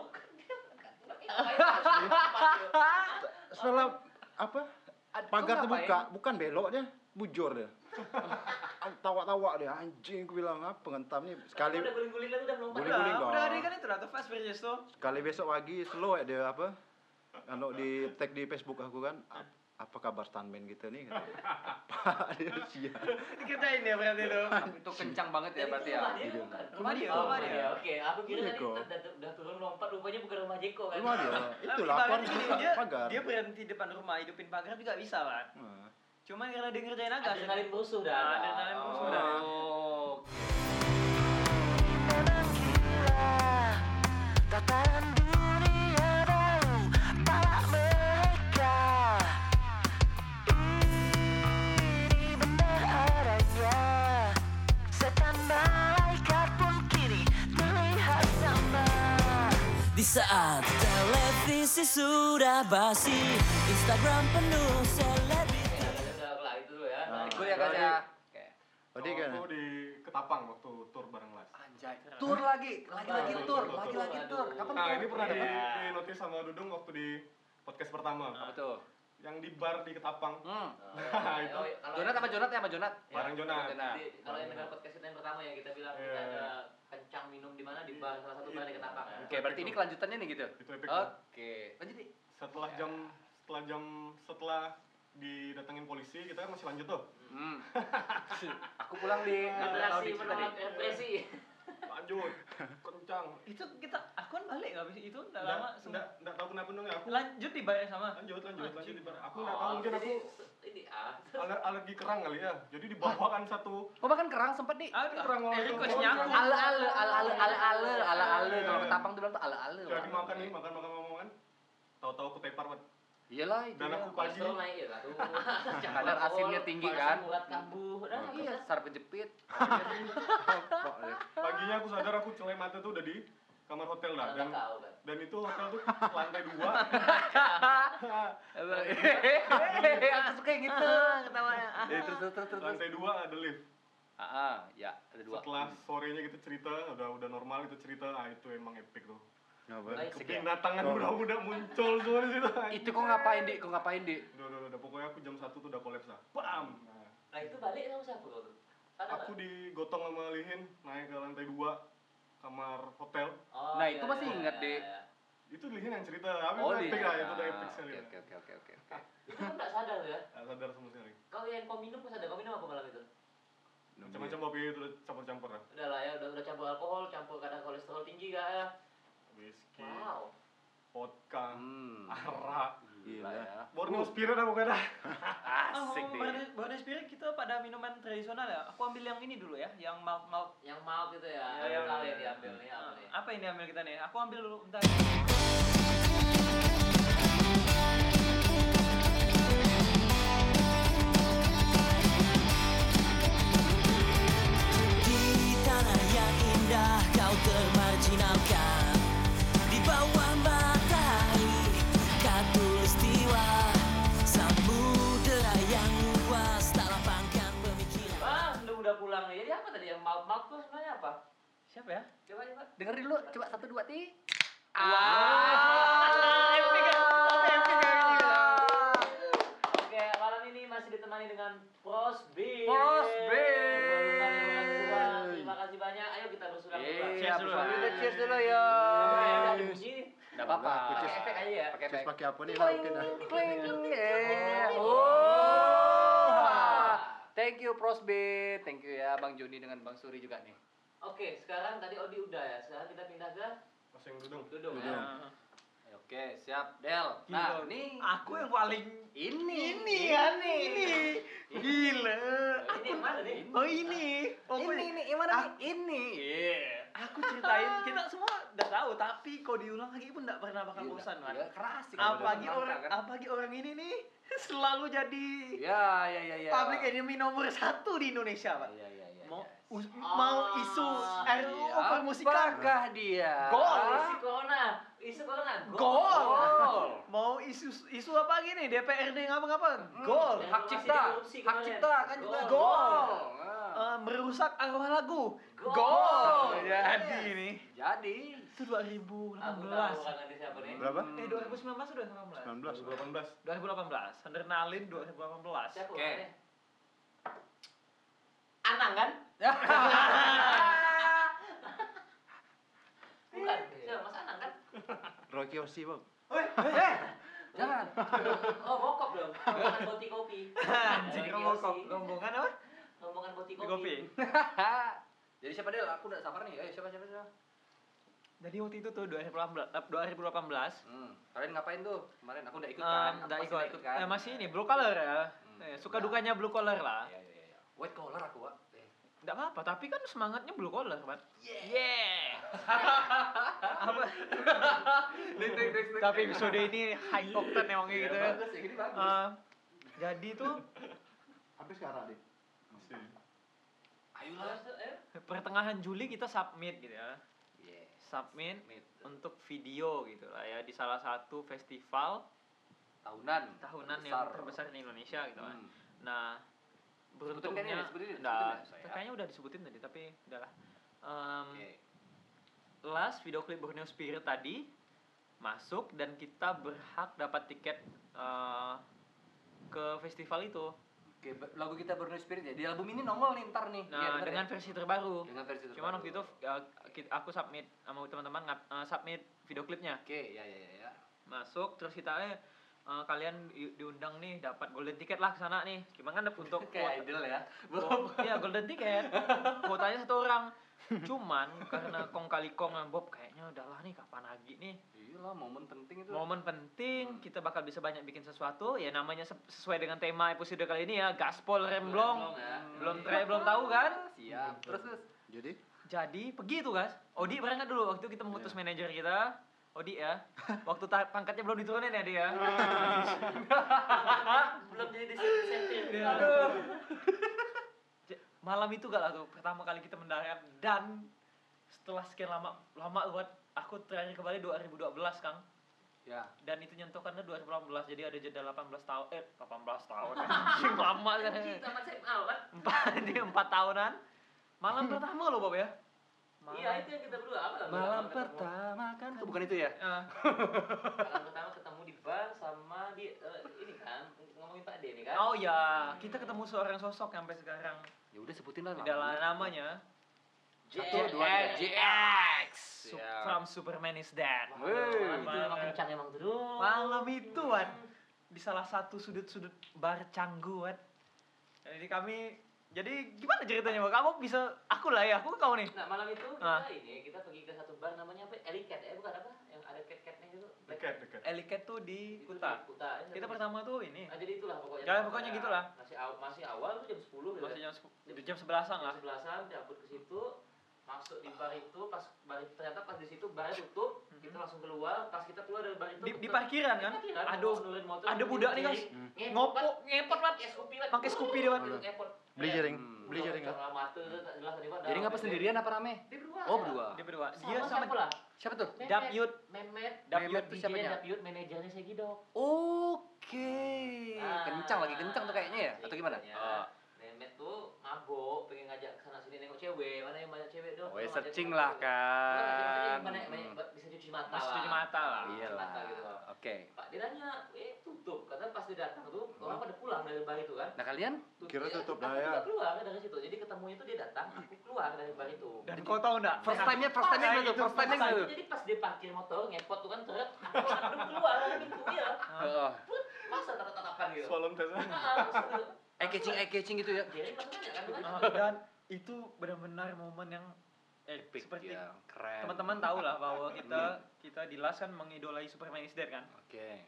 [SPEAKER 6] Setelah apa? Pagar
[SPEAKER 4] Kok
[SPEAKER 6] terbuka, bukan belok dia, bujur dia. Tawa-tawa dia, anjing aku bilang apa ngentam nih sekali
[SPEAKER 2] Udah guling-guling lagi udah melompat.
[SPEAKER 6] Guling-guling
[SPEAKER 3] udah,
[SPEAKER 6] dong.
[SPEAKER 3] udah adegan itu lah tuh Fast Furious tuh.
[SPEAKER 6] sekali besok pagi slow ya dia apa? Kalau di tag di Facebook aku kan, "Ap- apa kabar stuntman gitu nih?" katanya. Apa dia sia.
[SPEAKER 3] Dikerjain ya berarti tuh.
[SPEAKER 4] Itu kencang banget ya berarti ya.
[SPEAKER 2] Rumah dia bukan.
[SPEAKER 3] Rumah dia,
[SPEAKER 2] Oh,
[SPEAKER 3] rumah
[SPEAKER 2] rumah
[SPEAKER 3] dia.
[SPEAKER 2] dia. Oke, aku kira tadi
[SPEAKER 6] Jeko.
[SPEAKER 2] udah, udah turun lompat, rupanya bukan rumah Jeko kan.
[SPEAKER 6] Rumah dia. Itulah aku harus
[SPEAKER 3] Ibaratnya gini,
[SPEAKER 6] buka
[SPEAKER 3] dia,
[SPEAKER 6] pagar.
[SPEAKER 3] dia berhenti depan rumah, hidupin pagar juga bisa lah.
[SPEAKER 6] Nah.
[SPEAKER 3] Cuman karena dia ngerjain agak
[SPEAKER 2] Adrenalin musuh dah.
[SPEAKER 3] Ah, adrenalin musuh dah.
[SPEAKER 4] Oh.
[SPEAKER 7] Memang gila tatanan dunia baru pala mereka. Ini benar adanya. Setan malaikat pun kini terlihat sama. Di saat televisi sudah basi, Instagram penuh selebriti.
[SPEAKER 2] Oke, udah, udah, udah, itu dulu ya.
[SPEAKER 6] Nah.
[SPEAKER 4] Ikut ya guys ya. Oke.
[SPEAKER 6] Tadi kan
[SPEAKER 5] Aku di Ketapang waktu tur bareng Les.
[SPEAKER 4] Anjay. Tur lagi, lagi-lagi tur, lagi-lagi tur. Kapan
[SPEAKER 5] Nah
[SPEAKER 4] tur?
[SPEAKER 5] ini pernah di,
[SPEAKER 3] Iya.
[SPEAKER 5] di notice sama Dudung waktu di podcast pertama.
[SPEAKER 4] Apa tuh?
[SPEAKER 5] Yang di bar di Ketapang.
[SPEAKER 4] Hmm.
[SPEAKER 5] Nah itu
[SPEAKER 2] Oh, kalau
[SPEAKER 4] Jonat sama Jonat ya sama Jonat?
[SPEAKER 5] bareng Jonat.
[SPEAKER 2] Jadi, kalau yang dengar podcast kita yang pertama ya kita bilang kita
[SPEAKER 5] Iya.
[SPEAKER 2] ada kencang minum di mana di bar salah satu bar di Ketapang ya.
[SPEAKER 4] Oke, berarti ini kelanjutannya nih gitu.
[SPEAKER 5] Itu epic.
[SPEAKER 4] Oke, lanjut nih.
[SPEAKER 5] Setelah jam setelah jam setelah didatengin polisi, kita kan masih lanjut tuh.
[SPEAKER 4] Hmm. Aku pulang di
[SPEAKER 2] Generasi menolak represi.
[SPEAKER 5] Lanjut. Kencang.
[SPEAKER 3] Itu kita aku kan balik nggak sih itu udah
[SPEAKER 5] Nggak,
[SPEAKER 3] lama
[SPEAKER 5] nggak, nggak tahu kenapa dong ya aku.
[SPEAKER 3] lanjut di bar yang sama.
[SPEAKER 5] Lanjut, lanjut, lanjut di bar. Aku
[SPEAKER 2] Oh,
[SPEAKER 5] nggak tahu mungkin aku
[SPEAKER 2] ini ah.
[SPEAKER 5] aler- alergi kerang kali ya. Jadi dibawakan satu
[SPEAKER 4] Kok makan kerang sempet di?
[SPEAKER 3] Aduh,
[SPEAKER 5] Kerang
[SPEAKER 3] eh,
[SPEAKER 5] orang
[SPEAKER 3] request
[SPEAKER 5] tua.
[SPEAKER 3] nyangkut.
[SPEAKER 4] Ala ala ala ala ala ala ala ala
[SPEAKER 5] Iya.
[SPEAKER 4] kalau Ketapang tuh bilang tuh ala ala.
[SPEAKER 5] ya dimakan nih, makan makan makan makan. Tahu-tahu aku tepar banget.
[SPEAKER 4] Iyalah itu.
[SPEAKER 5] Dan
[SPEAKER 4] ya.
[SPEAKER 5] aku pagi
[SPEAKER 2] Kolesterol naik ya lah tuh.
[SPEAKER 4] Kadar asinnya tinggi kan.
[SPEAKER 2] Urat kambuh. Udah
[SPEAKER 4] Iya, sar kejepit.
[SPEAKER 5] paginya aku sadar aku celai mata tuh udah di kamar hotel dah. Dan
[SPEAKER 2] tahu kan.
[SPEAKER 5] dan itu hotel tuh lantai dua.
[SPEAKER 4] Aku suka yang gitu. Ketawanya. Terus terus terus terus.
[SPEAKER 5] Lantai dua ada lift.
[SPEAKER 4] Ah, ah, ya ada dua.
[SPEAKER 5] Setelah sorenya kita cerita, udah udah normal itu cerita, ah itu emang epic tuh.
[SPEAKER 2] Baik,
[SPEAKER 5] Kebinatangan muda-muda muncul semua di situ.
[SPEAKER 4] Itu kok ngapain di? Kok ngapain di?
[SPEAKER 5] Udah, udah, udah, pokoknya aku jam satu tuh udah kolaps lah. Bam! Nah,
[SPEAKER 2] Nah itu balik sama siapa kau tuh? Ada
[SPEAKER 5] aku digotong sama Lihin, naik ke lantai dua kamar hotel.
[SPEAKER 2] Oh,
[SPEAKER 4] Nah,
[SPEAKER 2] iya,
[SPEAKER 4] itu masih
[SPEAKER 2] iya,
[SPEAKER 4] ingat,
[SPEAKER 2] iya,
[SPEAKER 4] Dek.
[SPEAKER 2] iya.
[SPEAKER 5] Itu Lihin yang cerita, tapi
[SPEAKER 4] Oh,
[SPEAKER 5] itu epic
[SPEAKER 4] iya.
[SPEAKER 5] lah, itu udah epic sekali.
[SPEAKER 4] Oke oke oke oke oke.
[SPEAKER 2] Itu kan nggak sadar ya?
[SPEAKER 5] Gak sadar sama sekali.
[SPEAKER 2] Kau yang kau minum kau sadar kau minum apa malam itu?
[SPEAKER 5] Macam-macam kopi itu udah campur-campur lah.
[SPEAKER 2] Udah lah ya, udah udah campur alkohol, campur kadar kolesterol tinggi gak ya?
[SPEAKER 5] Whisky,
[SPEAKER 2] Wow.
[SPEAKER 5] vodka,
[SPEAKER 4] Hmm.
[SPEAKER 5] arak,
[SPEAKER 4] Gila ya.
[SPEAKER 5] Borneo Spirit apa kata?
[SPEAKER 4] Asik
[SPEAKER 3] Oh,
[SPEAKER 4] deh.
[SPEAKER 3] Borneo- Borneo Spirit kita pada minuman tradisional ya. Aku ambil yang ini dulu ya, yang malt malt.
[SPEAKER 2] Yang mau gitu ya,
[SPEAKER 3] Ya,
[SPEAKER 2] yang
[SPEAKER 3] ya,
[SPEAKER 2] tahu
[SPEAKER 3] ya.
[SPEAKER 2] yang diambil nih apa nih?
[SPEAKER 3] Apa yang diambil kita nih? Aku ambil dulu bentar.
[SPEAKER 7] Di tanah yang indah kau termarginalkan. Di bawah matahari khatulistiwa, samudera yang luas tak lapangkan pemikiran.
[SPEAKER 2] Bang, udah udah pulang nih. Jadi apa tadi yang mau mau tuh sebenarnya apa?
[SPEAKER 3] Siapa ya?
[SPEAKER 2] Coba coba.
[SPEAKER 4] Dengerin dulu, coba satu dua ti.
[SPEAKER 3] Ah, epic ya. Epic ya gitu.
[SPEAKER 2] Oke, malam ini masih ditemani dengan Prosbit.
[SPEAKER 4] Prosbit.
[SPEAKER 2] Pembangunan yang sangat kuat. Terima kasih banyak. Ayo kita bersuara
[SPEAKER 4] Iya,
[SPEAKER 3] Cheers dulu.
[SPEAKER 4] bersama kita cheers dulu ya.
[SPEAKER 2] Ada bunyi.
[SPEAKER 4] Enggak apa-apa.
[SPEAKER 6] Aku
[SPEAKER 2] Pakai
[SPEAKER 6] cheers.
[SPEAKER 2] efek aja ya.
[SPEAKER 4] Pakai
[SPEAKER 6] Cheers
[SPEAKER 4] efek.
[SPEAKER 6] pakai apa nih lah mungkin ah.
[SPEAKER 4] Kling. Eh. Oh. Thank you Prosbit. Thank you ya Bang Joni dengan Bang Suri juga nih.
[SPEAKER 2] Oke, sekarang tadi Odi udah ya. Sekarang kita pindah ke
[SPEAKER 5] Masing dudung.
[SPEAKER 2] Dudung
[SPEAKER 6] Dudung.
[SPEAKER 2] ya.
[SPEAKER 4] Oke, siap Del. Nah,
[SPEAKER 3] Gila.
[SPEAKER 4] ini
[SPEAKER 3] Aku yang paling
[SPEAKER 4] ini
[SPEAKER 3] ini kan nih. Ini. Gila.
[SPEAKER 2] Ini yang mana nih?
[SPEAKER 3] Oh ini. Pokoknya
[SPEAKER 4] ini ini mana nih? Ini. Iya.
[SPEAKER 3] aku ceritain kita semua udah tahu tapi kau diulang lagi pun enggak pernah bakal bosan kan.
[SPEAKER 4] Iya, keras sih.
[SPEAKER 3] Apalagi orang apalagi orang ini nih selalu jadi
[SPEAKER 4] Ya, ya, ya, ya.
[SPEAKER 3] public enemy nomor satu di Indonesia, Pak.
[SPEAKER 4] Iya, iya, iya.
[SPEAKER 3] Mau
[SPEAKER 4] iya.
[SPEAKER 3] us- mau isu R U U permusikan.
[SPEAKER 4] Apakah dia?
[SPEAKER 3] Gol.
[SPEAKER 2] Isu corona. Isu corona.
[SPEAKER 3] Gol.
[SPEAKER 4] Gol.
[SPEAKER 3] Mau isu isu apa gini D P R D ngapa-ngapa? Gol.
[SPEAKER 2] Hmm.
[SPEAKER 4] Hak cipta.
[SPEAKER 2] Korupsi
[SPEAKER 4] Hak
[SPEAKER 2] kemarin.
[SPEAKER 4] cipta kan juga
[SPEAKER 2] Gol.
[SPEAKER 4] gol.
[SPEAKER 3] Eh, merusak arwah lagu.
[SPEAKER 2] Gol.
[SPEAKER 3] Gol. Jadi ini
[SPEAKER 4] Jadi
[SPEAKER 3] itu dua ribu delapan
[SPEAKER 2] Aku
[SPEAKER 3] belas.
[SPEAKER 2] tahu kan nanti siapa nih.
[SPEAKER 6] Berapa?
[SPEAKER 3] Eh dua ribu sembilan belas atau dua ribu delapan belas?
[SPEAKER 6] sembilan belas.
[SPEAKER 5] dua ribu delapan belas.
[SPEAKER 3] dua ribu delapan belas. Adrenalin dua ribu delapan belas.
[SPEAKER 2] Siapa
[SPEAKER 4] Oke.
[SPEAKER 2] orangnya? Anang kan? Bukan. Siapa Mas Anang kan?
[SPEAKER 6] Rocky Osi, Bang.
[SPEAKER 4] jangan.
[SPEAKER 2] Oh, bokop dong. Rombongan boti kopi.
[SPEAKER 3] Anjing
[SPEAKER 2] Rocky
[SPEAKER 3] rombongan
[SPEAKER 2] Osi.
[SPEAKER 3] rombongan apa?
[SPEAKER 2] Rombongan boti
[SPEAKER 3] Di
[SPEAKER 2] kopi.
[SPEAKER 3] kopi.
[SPEAKER 4] Jadi siapa Del? Aku udah sabar nih. Ayo siapa siapa siapa?
[SPEAKER 3] Jadi waktu itu tuh dua ribu delapan belas, eh, dua ribu delapan belas.
[SPEAKER 4] Hmm. Kalian ngapain tuh? Kemarin aku udah ikut
[SPEAKER 3] Um,
[SPEAKER 4] kan. Aku
[SPEAKER 3] nggak
[SPEAKER 4] pasti
[SPEAKER 3] ikut.
[SPEAKER 4] udah kan.
[SPEAKER 3] Eh, masih ini blue collar ya.
[SPEAKER 4] Hmm.
[SPEAKER 3] Eh, suka dukanya blue collar lah.
[SPEAKER 4] Iya iya iya. White collar aku, Pak. Eh.
[SPEAKER 3] Enggak apa-apa, tapi kan semangatnya blue collar, kan? Yeah. Apa?
[SPEAKER 4] Next next next.
[SPEAKER 3] Tapi episode ini high octane emangnya gitu ya.
[SPEAKER 4] Bagus, yang ini bagus.
[SPEAKER 3] Eh, jadi tuh
[SPEAKER 6] Habis sekarang deh.
[SPEAKER 5] Masih.
[SPEAKER 4] Ayolah.
[SPEAKER 2] Terus, eh,
[SPEAKER 3] pertengahan Juli kita submit gitu ya.
[SPEAKER 4] Yes.
[SPEAKER 3] Submit
[SPEAKER 4] Meet.
[SPEAKER 3] untuk video gitu lah ya di salah satu festival
[SPEAKER 4] Tahunan.
[SPEAKER 3] tahunan
[SPEAKER 4] Besar.
[SPEAKER 3] yang terbesar di Indonesia gitu kan.
[SPEAKER 4] Hmm.
[SPEAKER 3] Nah,
[SPEAKER 4] Sebutin kayaknya,
[SPEAKER 3] beruntungnya
[SPEAKER 4] disebutin, disebutin
[SPEAKER 3] enggak,
[SPEAKER 4] ya, saya.
[SPEAKER 3] kayaknya udah disebutin tadi tapi udahlah. Em,
[SPEAKER 4] Oke.
[SPEAKER 3] last video klip Borneo Spirit tadi masuk dan kita berhak dapat tiket eh, ke festival itu.
[SPEAKER 4] Oke, ba- lagu kita Burn Spirit ya. Di album ini nongol nih ntar nih. Iya,
[SPEAKER 3] Nah,
[SPEAKER 4] bener
[SPEAKER 3] dengan
[SPEAKER 4] ya?
[SPEAKER 3] versi terbaru.
[SPEAKER 4] dengan versi terbaru.
[SPEAKER 3] Cuman waktu itu uh, ki- aku submit sama teman-teman ngap- uh, submit video klipnya.
[SPEAKER 4] Oke, ya ya ya ya.
[SPEAKER 3] Masuk terus kita eh uh, kalian di- diundang nih dapat golden ticket lah ke sana nih. Gimana kan untuk
[SPEAKER 4] Kayak idol ya.
[SPEAKER 3] Oh, iya golden ticket. Kuotanya satu orang. Cuman karena kong kali kong sama Bob kayaknya udahlah nih kapan lagi nih.
[SPEAKER 4] Iyalah, momen penting itu.
[SPEAKER 3] Momen penting kita bakal bisa banyak bikin sesuatu ya namanya se- sesuai dengan tema episode kali ini ya gaspol remblong.
[SPEAKER 4] ya.
[SPEAKER 3] Belum try belum tahu kan?
[SPEAKER 4] Siap. Terus terus.
[SPEAKER 6] Jadi
[SPEAKER 3] Jadi pergi tuh guys. Odi berangkat dulu waktu itu kita mengutus manajer kita. Odi ya. Waktu ta- pangkatnya belum diturunin ya dia.
[SPEAKER 2] Belum jadi desainer.
[SPEAKER 3] Aduh. J- Malam itu gak lah tuh pertama kali kita mendarat dan setelah sekian lama lama buat aku terakhir kembali dua ribu dua belas Kang.
[SPEAKER 4] Ya.
[SPEAKER 3] Dan itu nyentuhkannya dua ribu delapan belas jadi ada jeda delapan belas tahun eh delapan belas tahun. Anjing lama kan.
[SPEAKER 2] Tamat S M A kan?
[SPEAKER 3] Empat di empat tahunan. Malam pertama loh Bob ya.
[SPEAKER 2] Iya, itu yang kita berdua apa?
[SPEAKER 4] Malam
[SPEAKER 2] ketemu.
[SPEAKER 4] pertama kan. Itu bukan itu ya?
[SPEAKER 3] Ah,
[SPEAKER 2] Malam pertama ketemu di bar sama di eh, ini kan ngomongin Pak D ini kan.
[SPEAKER 3] oh ya, kita ketemu seorang sosok sampai sekarang
[SPEAKER 4] Ya udah sebutin lah.
[SPEAKER 3] tidak lah namanya.
[SPEAKER 4] Satu, dua,
[SPEAKER 3] J
[SPEAKER 4] tiga.
[SPEAKER 3] X Su-
[SPEAKER 4] Siap.
[SPEAKER 3] from Superman is Dead.
[SPEAKER 2] Malam itu
[SPEAKER 3] Wih.
[SPEAKER 2] emang kencang emang tuh.
[SPEAKER 3] Malam itu Wan di salah satu sudut-sudut bar Canggu Wan. Jadi kami jadi gimana ceritanya Bang? Kamu bisa aku lah ya, aku kau nih.
[SPEAKER 2] Nah malam itu kita
[SPEAKER 3] Ah.
[SPEAKER 2] ini kita pergi ke satu bar namanya apa? Elicat eh bukan apa? Yang ada cat-catnya gitu.
[SPEAKER 5] Dekat, dekat.
[SPEAKER 3] Eliket tuh di
[SPEAKER 2] Itu
[SPEAKER 3] Kuta.
[SPEAKER 2] di Kuta. Ya,
[SPEAKER 3] Kita
[SPEAKER 2] satu-
[SPEAKER 3] pertama tuh ini
[SPEAKER 2] Nah, jadi itulah pokoknya.
[SPEAKER 3] Ya, pokoknya gitulah.
[SPEAKER 2] Masih aw- masih awal tuh jam sepuluh gitu.
[SPEAKER 3] masih
[SPEAKER 2] kan.
[SPEAKER 3] jam sepu- jam sebelasan lah.
[SPEAKER 2] Jam sebelasan cabut ke situ, masuk di bar itu, pas bar itu ternyata pas di situ barnya tutup, kita langsung keluar, pas kita keluar dari bar itu
[SPEAKER 3] Di, di
[SPEAKER 2] ke-
[SPEAKER 3] parkiran kan?
[SPEAKER 2] di parkiran,
[SPEAKER 3] Aduh,
[SPEAKER 2] mau nurunin motor,
[SPEAKER 3] ada
[SPEAKER 2] tiba-tiba
[SPEAKER 3] budak nih, guys.
[SPEAKER 2] jering, ngepot,
[SPEAKER 3] Ngopo,
[SPEAKER 2] Pak.
[SPEAKER 3] ngepot Wan.
[SPEAKER 2] Pakai Scoopy, Pak.
[SPEAKER 3] Pakai Scoopy dia, Wan.
[SPEAKER 2] Gitu, ngepot.
[SPEAKER 6] beli
[SPEAKER 2] Eh,
[SPEAKER 6] jaring,
[SPEAKER 4] Hmm.
[SPEAKER 6] beli jaring kan.
[SPEAKER 2] Cara mata tuh tak jelas tadi, Pak.
[SPEAKER 4] Jadi ngapa sendirian apa rame?
[SPEAKER 2] Dia berdua.
[SPEAKER 4] Oh, berdua.
[SPEAKER 3] Dia berdua.
[SPEAKER 2] Sama
[SPEAKER 3] Dia sama
[SPEAKER 2] siapa lah?
[SPEAKER 4] Siapa tuh?
[SPEAKER 2] Mehmet.
[SPEAKER 3] Dapyut.
[SPEAKER 2] Mehmet.
[SPEAKER 3] Dapyut
[SPEAKER 4] Mehmet tuh
[SPEAKER 2] D J
[SPEAKER 4] siapanya?
[SPEAKER 2] Dapyut, manajernya Segidok.
[SPEAKER 4] Oke.
[SPEAKER 2] Ah,
[SPEAKER 4] Kencang lagi, kencang tuh kayaknya ya? Atau gimana?
[SPEAKER 2] ceritanya,
[SPEAKER 4] Oh.
[SPEAKER 2] Mehmet tuh mabok, pengen ngajak kesana sini nengok cewek, mana yang banyak cewek dong.
[SPEAKER 4] Oh, ya searching lah
[SPEAKER 2] Kan.
[SPEAKER 4] kan.
[SPEAKER 2] Banyak, banyak, bisa cuci mata
[SPEAKER 3] Bisa
[SPEAKER 2] lah.
[SPEAKER 3] cuci mata lah.
[SPEAKER 2] Cuci
[SPEAKER 4] Iya
[SPEAKER 2] mata
[SPEAKER 4] lah.
[SPEAKER 2] gitu.
[SPEAKER 4] Oke.
[SPEAKER 2] Pak dia nanya, eh tutup. Karena pas dia datang tuh orang pada pulang dari bar itu kan.
[SPEAKER 4] Nah kalian?
[SPEAKER 6] Kira
[SPEAKER 2] Ya,
[SPEAKER 6] tutup
[SPEAKER 2] aku
[SPEAKER 6] dah ya.
[SPEAKER 2] juga keluar dari situ. Jadi ketemunya tuh dia datang, aku keluar dari bar itu.
[SPEAKER 3] Dan kau tahu enggak?
[SPEAKER 4] First time-nya, first time-nya gimana tuh? First time-nya gimana tuh?
[SPEAKER 2] Jadi pas dia parkir motor, ngepot tuh kan teret, aku aku keluar dari pintu ya.
[SPEAKER 4] Oh.
[SPEAKER 2] Masa tatap-tatapan gitu.
[SPEAKER 5] Swallow tesa.
[SPEAKER 2] Ah, langsung gitu.
[SPEAKER 4] Eye catching, eye catching gitu ya?
[SPEAKER 2] Jadi langsung nanya kan tuh kan.
[SPEAKER 3] Ah, dan itu benar-benar momen yang eh,
[SPEAKER 4] Epic
[SPEAKER 3] seperti
[SPEAKER 4] ya, keren.
[SPEAKER 3] teman-teman tahu lah bahwa kita kita di Las kan mengidolai Superman is Dead kan.
[SPEAKER 4] Oke.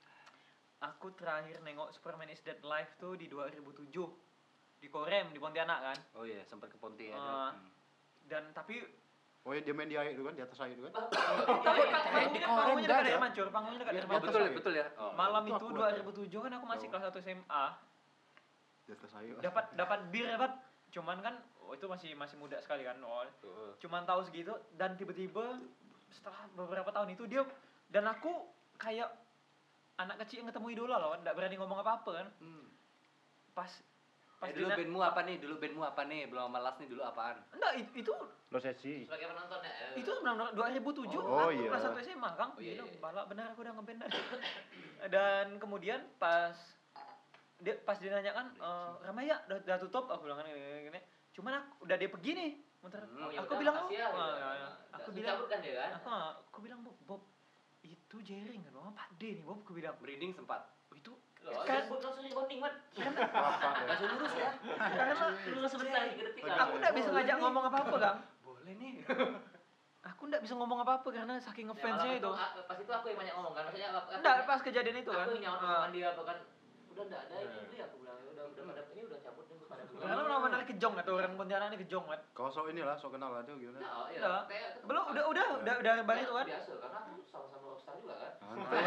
[SPEAKER 3] Aku terakhir nengok Superman is Dead live tuh di dua ribu tujuh di Korem di Pontianak kan.
[SPEAKER 4] Oh iya, sempat ke Ponti ya.
[SPEAKER 3] Ah.
[SPEAKER 4] Hmm.
[SPEAKER 3] Dan tapi
[SPEAKER 6] Oh ya dia main di air itu kan, di atas air itu kan.
[SPEAKER 3] tapi panggungnya panggungnya dekat air mancur, panggungnya dekat air
[SPEAKER 6] Di
[SPEAKER 4] Oh
[SPEAKER 6] atas
[SPEAKER 3] mancur.
[SPEAKER 4] betul ya,
[SPEAKER 6] air.
[SPEAKER 4] betul ya. Oh.
[SPEAKER 3] Malam
[SPEAKER 6] itu
[SPEAKER 3] itu
[SPEAKER 6] aku
[SPEAKER 3] dua
[SPEAKER 6] ada.
[SPEAKER 3] ribu tujuh kan aku masih
[SPEAKER 6] Tahu.
[SPEAKER 3] kelas satu S M A.
[SPEAKER 6] Di atas air.
[SPEAKER 3] Dapat dapat bir dapat cuman kan oh itu masih masih muda sekali kan. Oh,
[SPEAKER 4] Tuh.
[SPEAKER 3] cuman tahu segitu dan tiba-tiba setelah beberapa tahun itu dia dan aku kayak anak kecil yang ketemu idola loh, enggak berani ngomong apa-apa kan.
[SPEAKER 4] Hmm.
[SPEAKER 3] Pas pas
[SPEAKER 4] Eh, dulu
[SPEAKER 3] dia-
[SPEAKER 4] bandmu apa nih? Dulu bandmu apa nih? Belum malas nih dulu apaan?
[SPEAKER 3] enggak it- itu
[SPEAKER 6] Lo sesi.
[SPEAKER 2] Sebagai penonton ya. eh,
[SPEAKER 3] itu benar-benar dua ribu tujuh
[SPEAKER 6] Oh,
[SPEAKER 3] aku
[SPEAKER 6] iya.
[SPEAKER 3] kelas satu S M A Kang.
[SPEAKER 2] Oh, iya,
[SPEAKER 3] Gila,
[SPEAKER 2] iya.
[SPEAKER 3] balak benar aku udah ngeband tadi. Dan kemudian pas dia pas dia nanya kan eh Ramai ya udah, udah tutup aku bilang kan gini, gini. Cuman aku udah dia pergi nih. Bentar.
[SPEAKER 4] Hmm.
[SPEAKER 2] Oh, ya
[SPEAKER 3] aku
[SPEAKER 2] udah,
[SPEAKER 3] bilang
[SPEAKER 2] makasih ya,
[SPEAKER 3] oh,
[SPEAKER 2] gitu.
[SPEAKER 3] ah, ya, ya.
[SPEAKER 2] Nggak
[SPEAKER 3] aku
[SPEAKER 2] susah
[SPEAKER 3] bilang
[SPEAKER 2] cabut kan dia kan.
[SPEAKER 3] aku, aku bilang Bob, Bob itu jaring kan, oh Pak D nih Bob, aku bilang
[SPEAKER 4] Breeding sempat.
[SPEAKER 3] oh, itu
[SPEAKER 2] Loh,
[SPEAKER 3] kan
[SPEAKER 2] langsung langsung bonding kan.
[SPEAKER 6] Apa ya?
[SPEAKER 4] Langsung lurus ya.
[SPEAKER 3] karena
[SPEAKER 2] Dulu sebentar tiga detik lah.
[SPEAKER 3] aku nggak bisa ngajak ngomong apa-apa Kang.
[SPEAKER 4] Boleh nih.
[SPEAKER 3] Aku nggak bisa ngomong apa-apa karena saking
[SPEAKER 2] Ya,
[SPEAKER 3] ngefansnya
[SPEAKER 2] malah
[SPEAKER 3] itu.
[SPEAKER 2] aku- Pas itu aku yang banyak ngomong kan. Maksudnya aku- aku-
[SPEAKER 3] Enggak, pas kejadian itu kan.
[SPEAKER 2] Aku yang nyaut
[SPEAKER 3] Ah.
[SPEAKER 2] omongan dia apa kan. Udah enggak ada ini beli aku bilang ya udah udah pada ini udah cabut nih pada pulang.
[SPEAKER 3] Karena benar-benar kejong atau orang Pontianak ini kejong kan.
[SPEAKER 6] Kau sok inilah, sok kenal aja gitu.
[SPEAKER 2] Nah, iya.
[SPEAKER 3] Enggak.
[SPEAKER 2] Kayak ketemu
[SPEAKER 3] Belum
[SPEAKER 2] kan.
[SPEAKER 3] udah udah udah udah bar itu kan.
[SPEAKER 2] Biasa karena aku sama-sama rockstar juga kan.